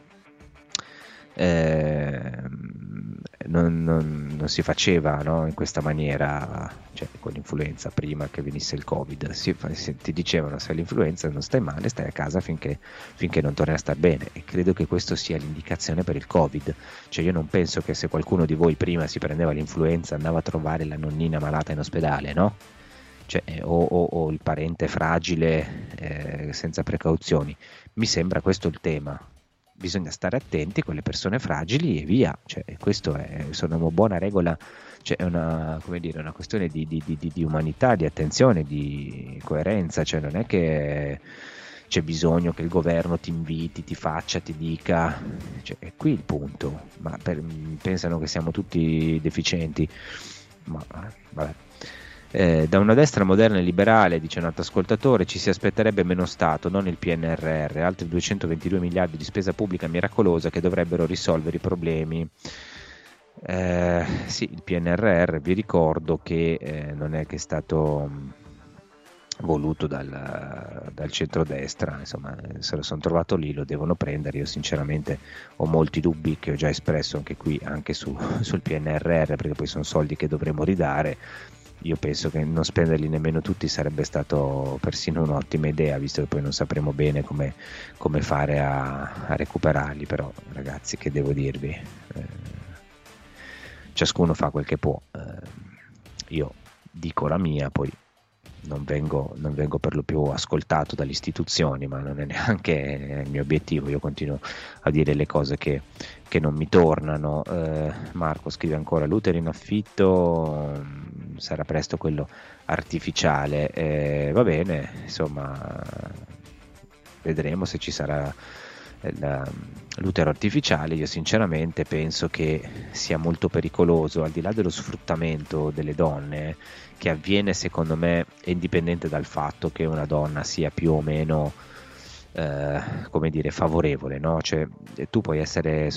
eh, non, non, non si faceva, no? In questa maniera, cioè con l'influenza prima che venisse il Covid, si, si, ti dicevano: se hai l'influenza non stai male, stai a casa finché, finché non torni a star bene, e credo che questo sia l'indicazione per il Covid. Cioè io non penso che se qualcuno di voi prima si prendeva l'influenza andava a trovare la nonnina malata in ospedale, no? Cioè, o, o, o il parente fragile eh, senza precauzioni. Mi sembra questo il tema. Bisogna stare attenti con le persone fragili e via, cioè, questo è insomma, una buona regola, cioè, è una, come dire, una questione di, di, di, di umanità, di attenzione, di coerenza, cioè non è che c'è bisogno che il governo ti inviti, ti faccia, ti dica, cioè, è qui il punto, ma per, pensano che siamo tutti deficienti, ma vabbè. Eh, da una destra moderna e liberale, dice un altro ascoltatore, ci si aspetterebbe meno Stato, non il P N R R, altri duecentoventidue miliardi di spesa pubblica miracolosa che dovrebbero risolvere i problemi. Eh, sì, il P N R R, vi ricordo che eh, non è che è stato voluto dal, dal centrodestra, insomma se lo sono trovato lì lo devono prendere. Io sinceramente ho molti dubbi, che ho già espresso anche qui, anche su, sul P N R R, perché poi sono soldi che dovremo ridare. Io penso che non spenderli nemmeno tutti sarebbe stato persino un'ottima idea, visto che poi non sapremo bene come, come fare a, a recuperarli. Però ragazzi, che devo dirvi, eh, ciascuno fa quel che può, eh, io dico la mia, poi non vengo, non vengo per lo più ascoltato dalle istituzioni, ma non è neanche il mio obiettivo. Io continuo a dire le cose che, che non mi tornano. eh, Marco scrive ancora: l'utero in affitto mh, sarà presto quello artificiale. Eh, va bene, insomma vedremo se ci sarà la, l'utero artificiale. Io sinceramente penso che sia molto pericoloso, al di là dello sfruttamento delle donne, che avviene secondo me indipendente dal fatto che una donna sia più o meno eh, come dire favorevole, no? Cioè tu puoi essere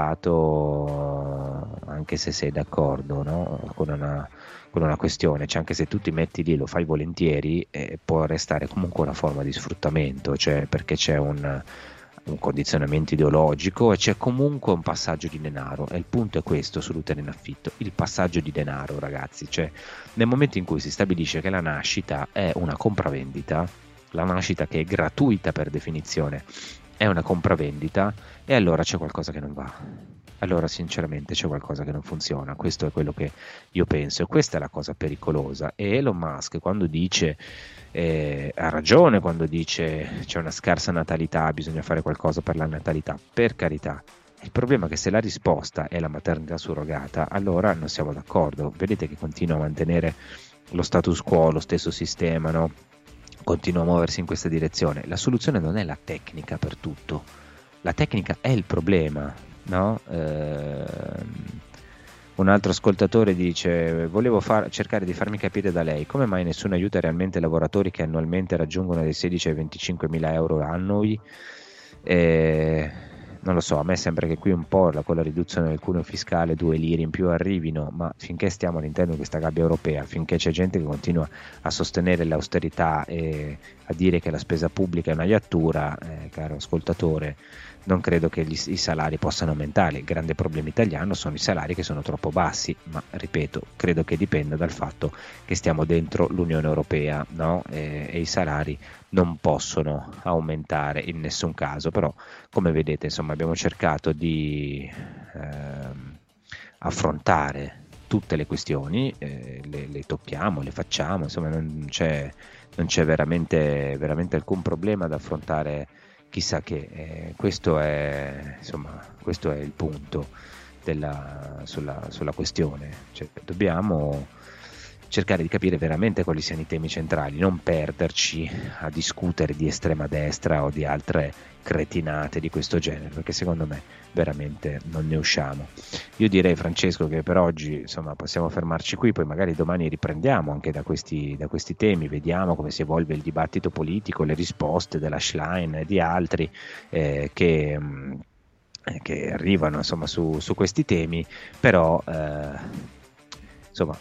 sfruttato anche se sei d'accordo, no? con una con una questione, cioè anche se tu ti metti lì, lo fai volentieri, eh, può restare comunque una forma di sfruttamento, cioè perché c'è un un condizionamento ideologico e c'è comunque un passaggio di denaro. E il punto è questo sull'utero in affitto: il passaggio di denaro, ragazzi. Cioè nel momento in cui si stabilisce che la nascita è una compravendita, la nascita che è gratuita per definizione è una compravendita, e allora c'è qualcosa che non va. Allora sinceramente c'è qualcosa che non funziona. Questo è quello che io penso, e questa è la cosa pericolosa. E Elon Musk, quando dice Eh, ha ragione quando dice c'è una scarsa natalità, bisogna fare qualcosa per la natalità, per carità. Il problema è che se la risposta è la maternità surrogata, allora non siamo d'accordo. Vedete che continua a mantenere lo status quo, lo stesso sistema, no? Continua a muoversi in questa direzione. La soluzione non è la tecnica per tutto, la tecnica è il problema, no? Eh, Un altro ascoltatore dice: volevo far, cercare di farmi capire da lei come mai nessuno aiuta realmente i lavoratori che annualmente raggiungono dai sedici ai venticinque mila euro annui. Eh, non lo so, a me sembra che qui un po' con la riduzione del cuneo fiscale due lire in più arrivino, ma finché stiamo all'interno di questa gabbia europea, finché c'è gente che continua a sostenere l'austerità e a dire che la spesa pubblica è una iattura, eh, caro ascoltatore, non credo che gli, i salari possano aumentare. Il grande problema italiano sono i salari che sono troppo bassi, ma ripeto, credo che dipenda dal fatto che stiamo dentro l'Unione Europea, no? e, e i salari non possono aumentare in nessun caso. Però come vedete, insomma, abbiamo cercato di eh, affrontare tutte le questioni, eh, le, le tocchiamo, le facciamo, insomma non c'è, non c'è veramente, veramente alcun problema ad affrontare chissà che. Eh, questo è insomma questo è il punto della, sulla, sulla questione. Cioè, dobbiamo cercare di capire veramente quali siano i temi centrali, non perderci a discutere di estrema destra o di altre cretinate di questo genere, perché secondo me veramente non ne usciamo. Io direi, Francesco, che per oggi insomma possiamo fermarci qui, poi magari domani riprendiamo anche da questi, da questi temi, vediamo come si evolve il dibattito politico, le risposte della Schlein e di altri eh, che, mh, che arrivano insomma su, su questi temi. Però eh, insomma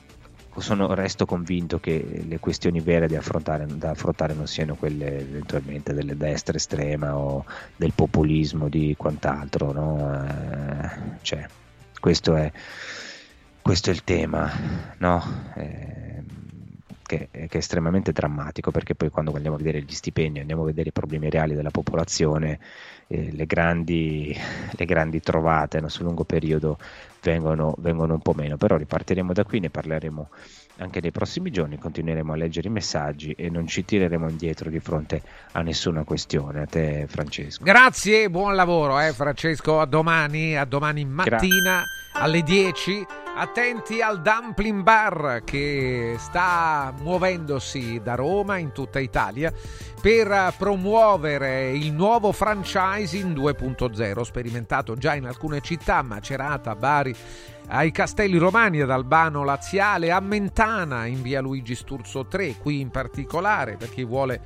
sono, resto convinto che le questioni vere da affrontare, da affrontare non siano quelle eventualmente delle destre estrema o del populismo di quant'altro, no? Eh, cioè, questo è, questo è il tema, no? Eh, che, che è estremamente drammatico, perché poi quando andiamo a vedere gli stipendi, andiamo a vedere i problemi reali della popolazione, eh, le grandi le grandi trovate, no, sul lungo periodo vengono, vengono un po' meno. Però ripartiremo da qui, ne parleremo anche nei prossimi giorni, continueremo a leggere i messaggi e non ci tireremo indietro di fronte a nessuna questione. A te, Francesco. Grazie, buon lavoro eh, Francesco, a domani, a domani mattina Gra- alle dieci. Attenti al Dumpling Bar che sta muovendosi da Roma in tutta Italia per promuovere il nuovo franchising due punto zero, sperimentato già in alcune città: Macerata, Bari, ai Castelli Romani, ad Albano Laziale, a Mentana, in via Luigi Sturzo tre. Qui in particolare, per chi vuole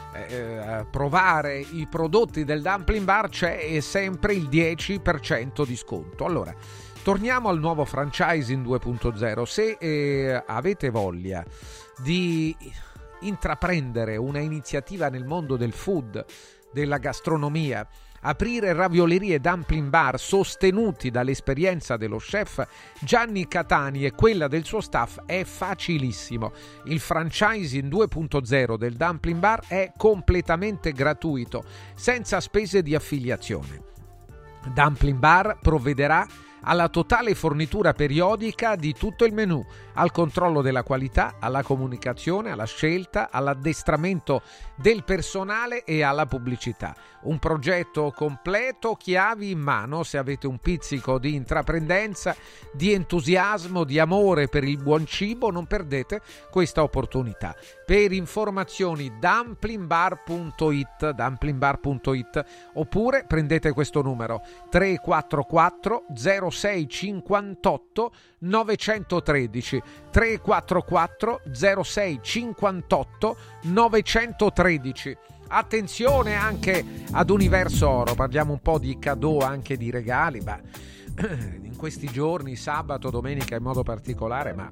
eh, provare i prodotti del Dumpling Bar, c'è sempre il dieci per cento di sconto. Allora, torniamo al nuovo franchising due punto zero. Se eh, avete voglia di intraprendere una iniziativa nel mondo del food, della gastronomia, aprire raviolerie e dumpling bar sostenuti dall'esperienza dello chef Gianni Catani e quella del suo staff, è facilissimo. Il franchising due punto zero del dumpling bar è completamente gratuito, senza spese di affiliazione. Dumpling Bar provvederà alla totale fornitura periodica di tutto il menù, al controllo della qualità, alla comunicazione, alla scelta, all'addestramento del personale e alla pubblicità. Un progetto completo, chiavi in mano. Se avete un pizzico di intraprendenza, di entusiasmo, di amore per il buon cibo, non perdete questa opportunità. Per informazioni dumpling bar punto it, dumpling bar punto it, oppure prendete questo numero tre quattro quattro zero sei cinquantotto novecentotredici, tre quattro quattro zero sei cinquantotto novecentotredici. Attenzione anche ad Universo Oro, parliamo un po' di cadeau, anche di regali, ma in questi giorni, sabato, domenica in modo particolare, ma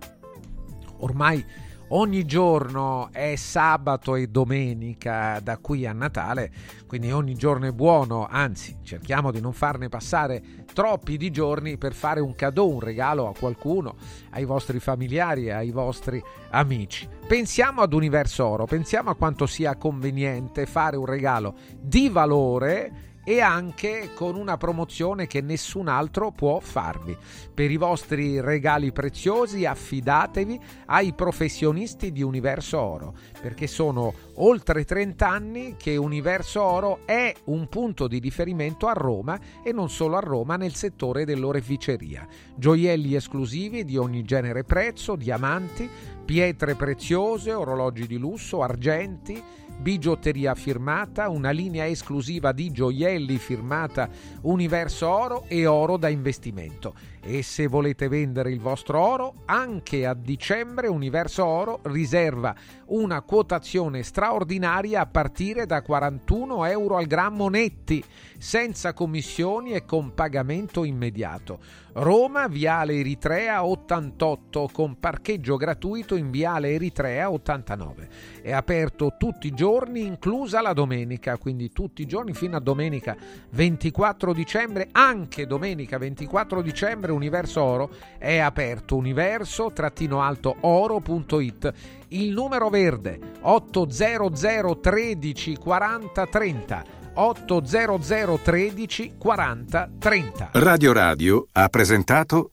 ormai ogni giorno è sabato e domenica da qui a Natale, quindi ogni giorno è buono, anzi cerchiamo di non farne passare troppi di giorni per fare un cadeau, un regalo a qualcuno, ai vostri familiari, ai vostri amici. Pensiamo ad Universo Oro, pensiamo a quanto sia conveniente fare un regalo di valore e anche con una promozione che nessun altro può farvi. Per i vostri regali preziosi affidatevi ai professionisti di Universo Oro, perché sono oltre trenta anni che Universo Oro è un punto di riferimento a Roma, e non solo a Roma, nel settore dell'oreficeria. Gioielli esclusivi di ogni genere e prezzo, diamanti, pietre preziose, orologi di lusso, argenti, bigiotteria firmata, una linea esclusiva di gioielli firmata Universo Oro e oro da investimento. E se volete vendere il vostro oro, anche a dicembre Universo Oro riserva una quotazione straordinaria a partire da quarantuno euro al grammo netti, senza commissioni e con pagamento immediato. Roma, Viale Eritrea ottantotto, con parcheggio gratuito in Viale Eritrea ottantanove. È aperto tutti i giorni, inclusa la domenica, quindi tutti i giorni fino a domenica ventiquattro dicembre, anche domenica ventiquattro dicembre Universo Oro è aperto. Universo Alto oro punto it. Il numero verde otto zero zero tredici quaranta trenta, otto zero zero tredici quaranta trenta. Radio Radio ha presentato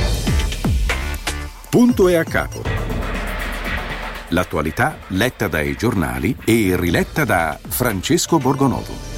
Punto e a capo. L'attualità letta dai giornali e riletta da Francesco Borgonovo.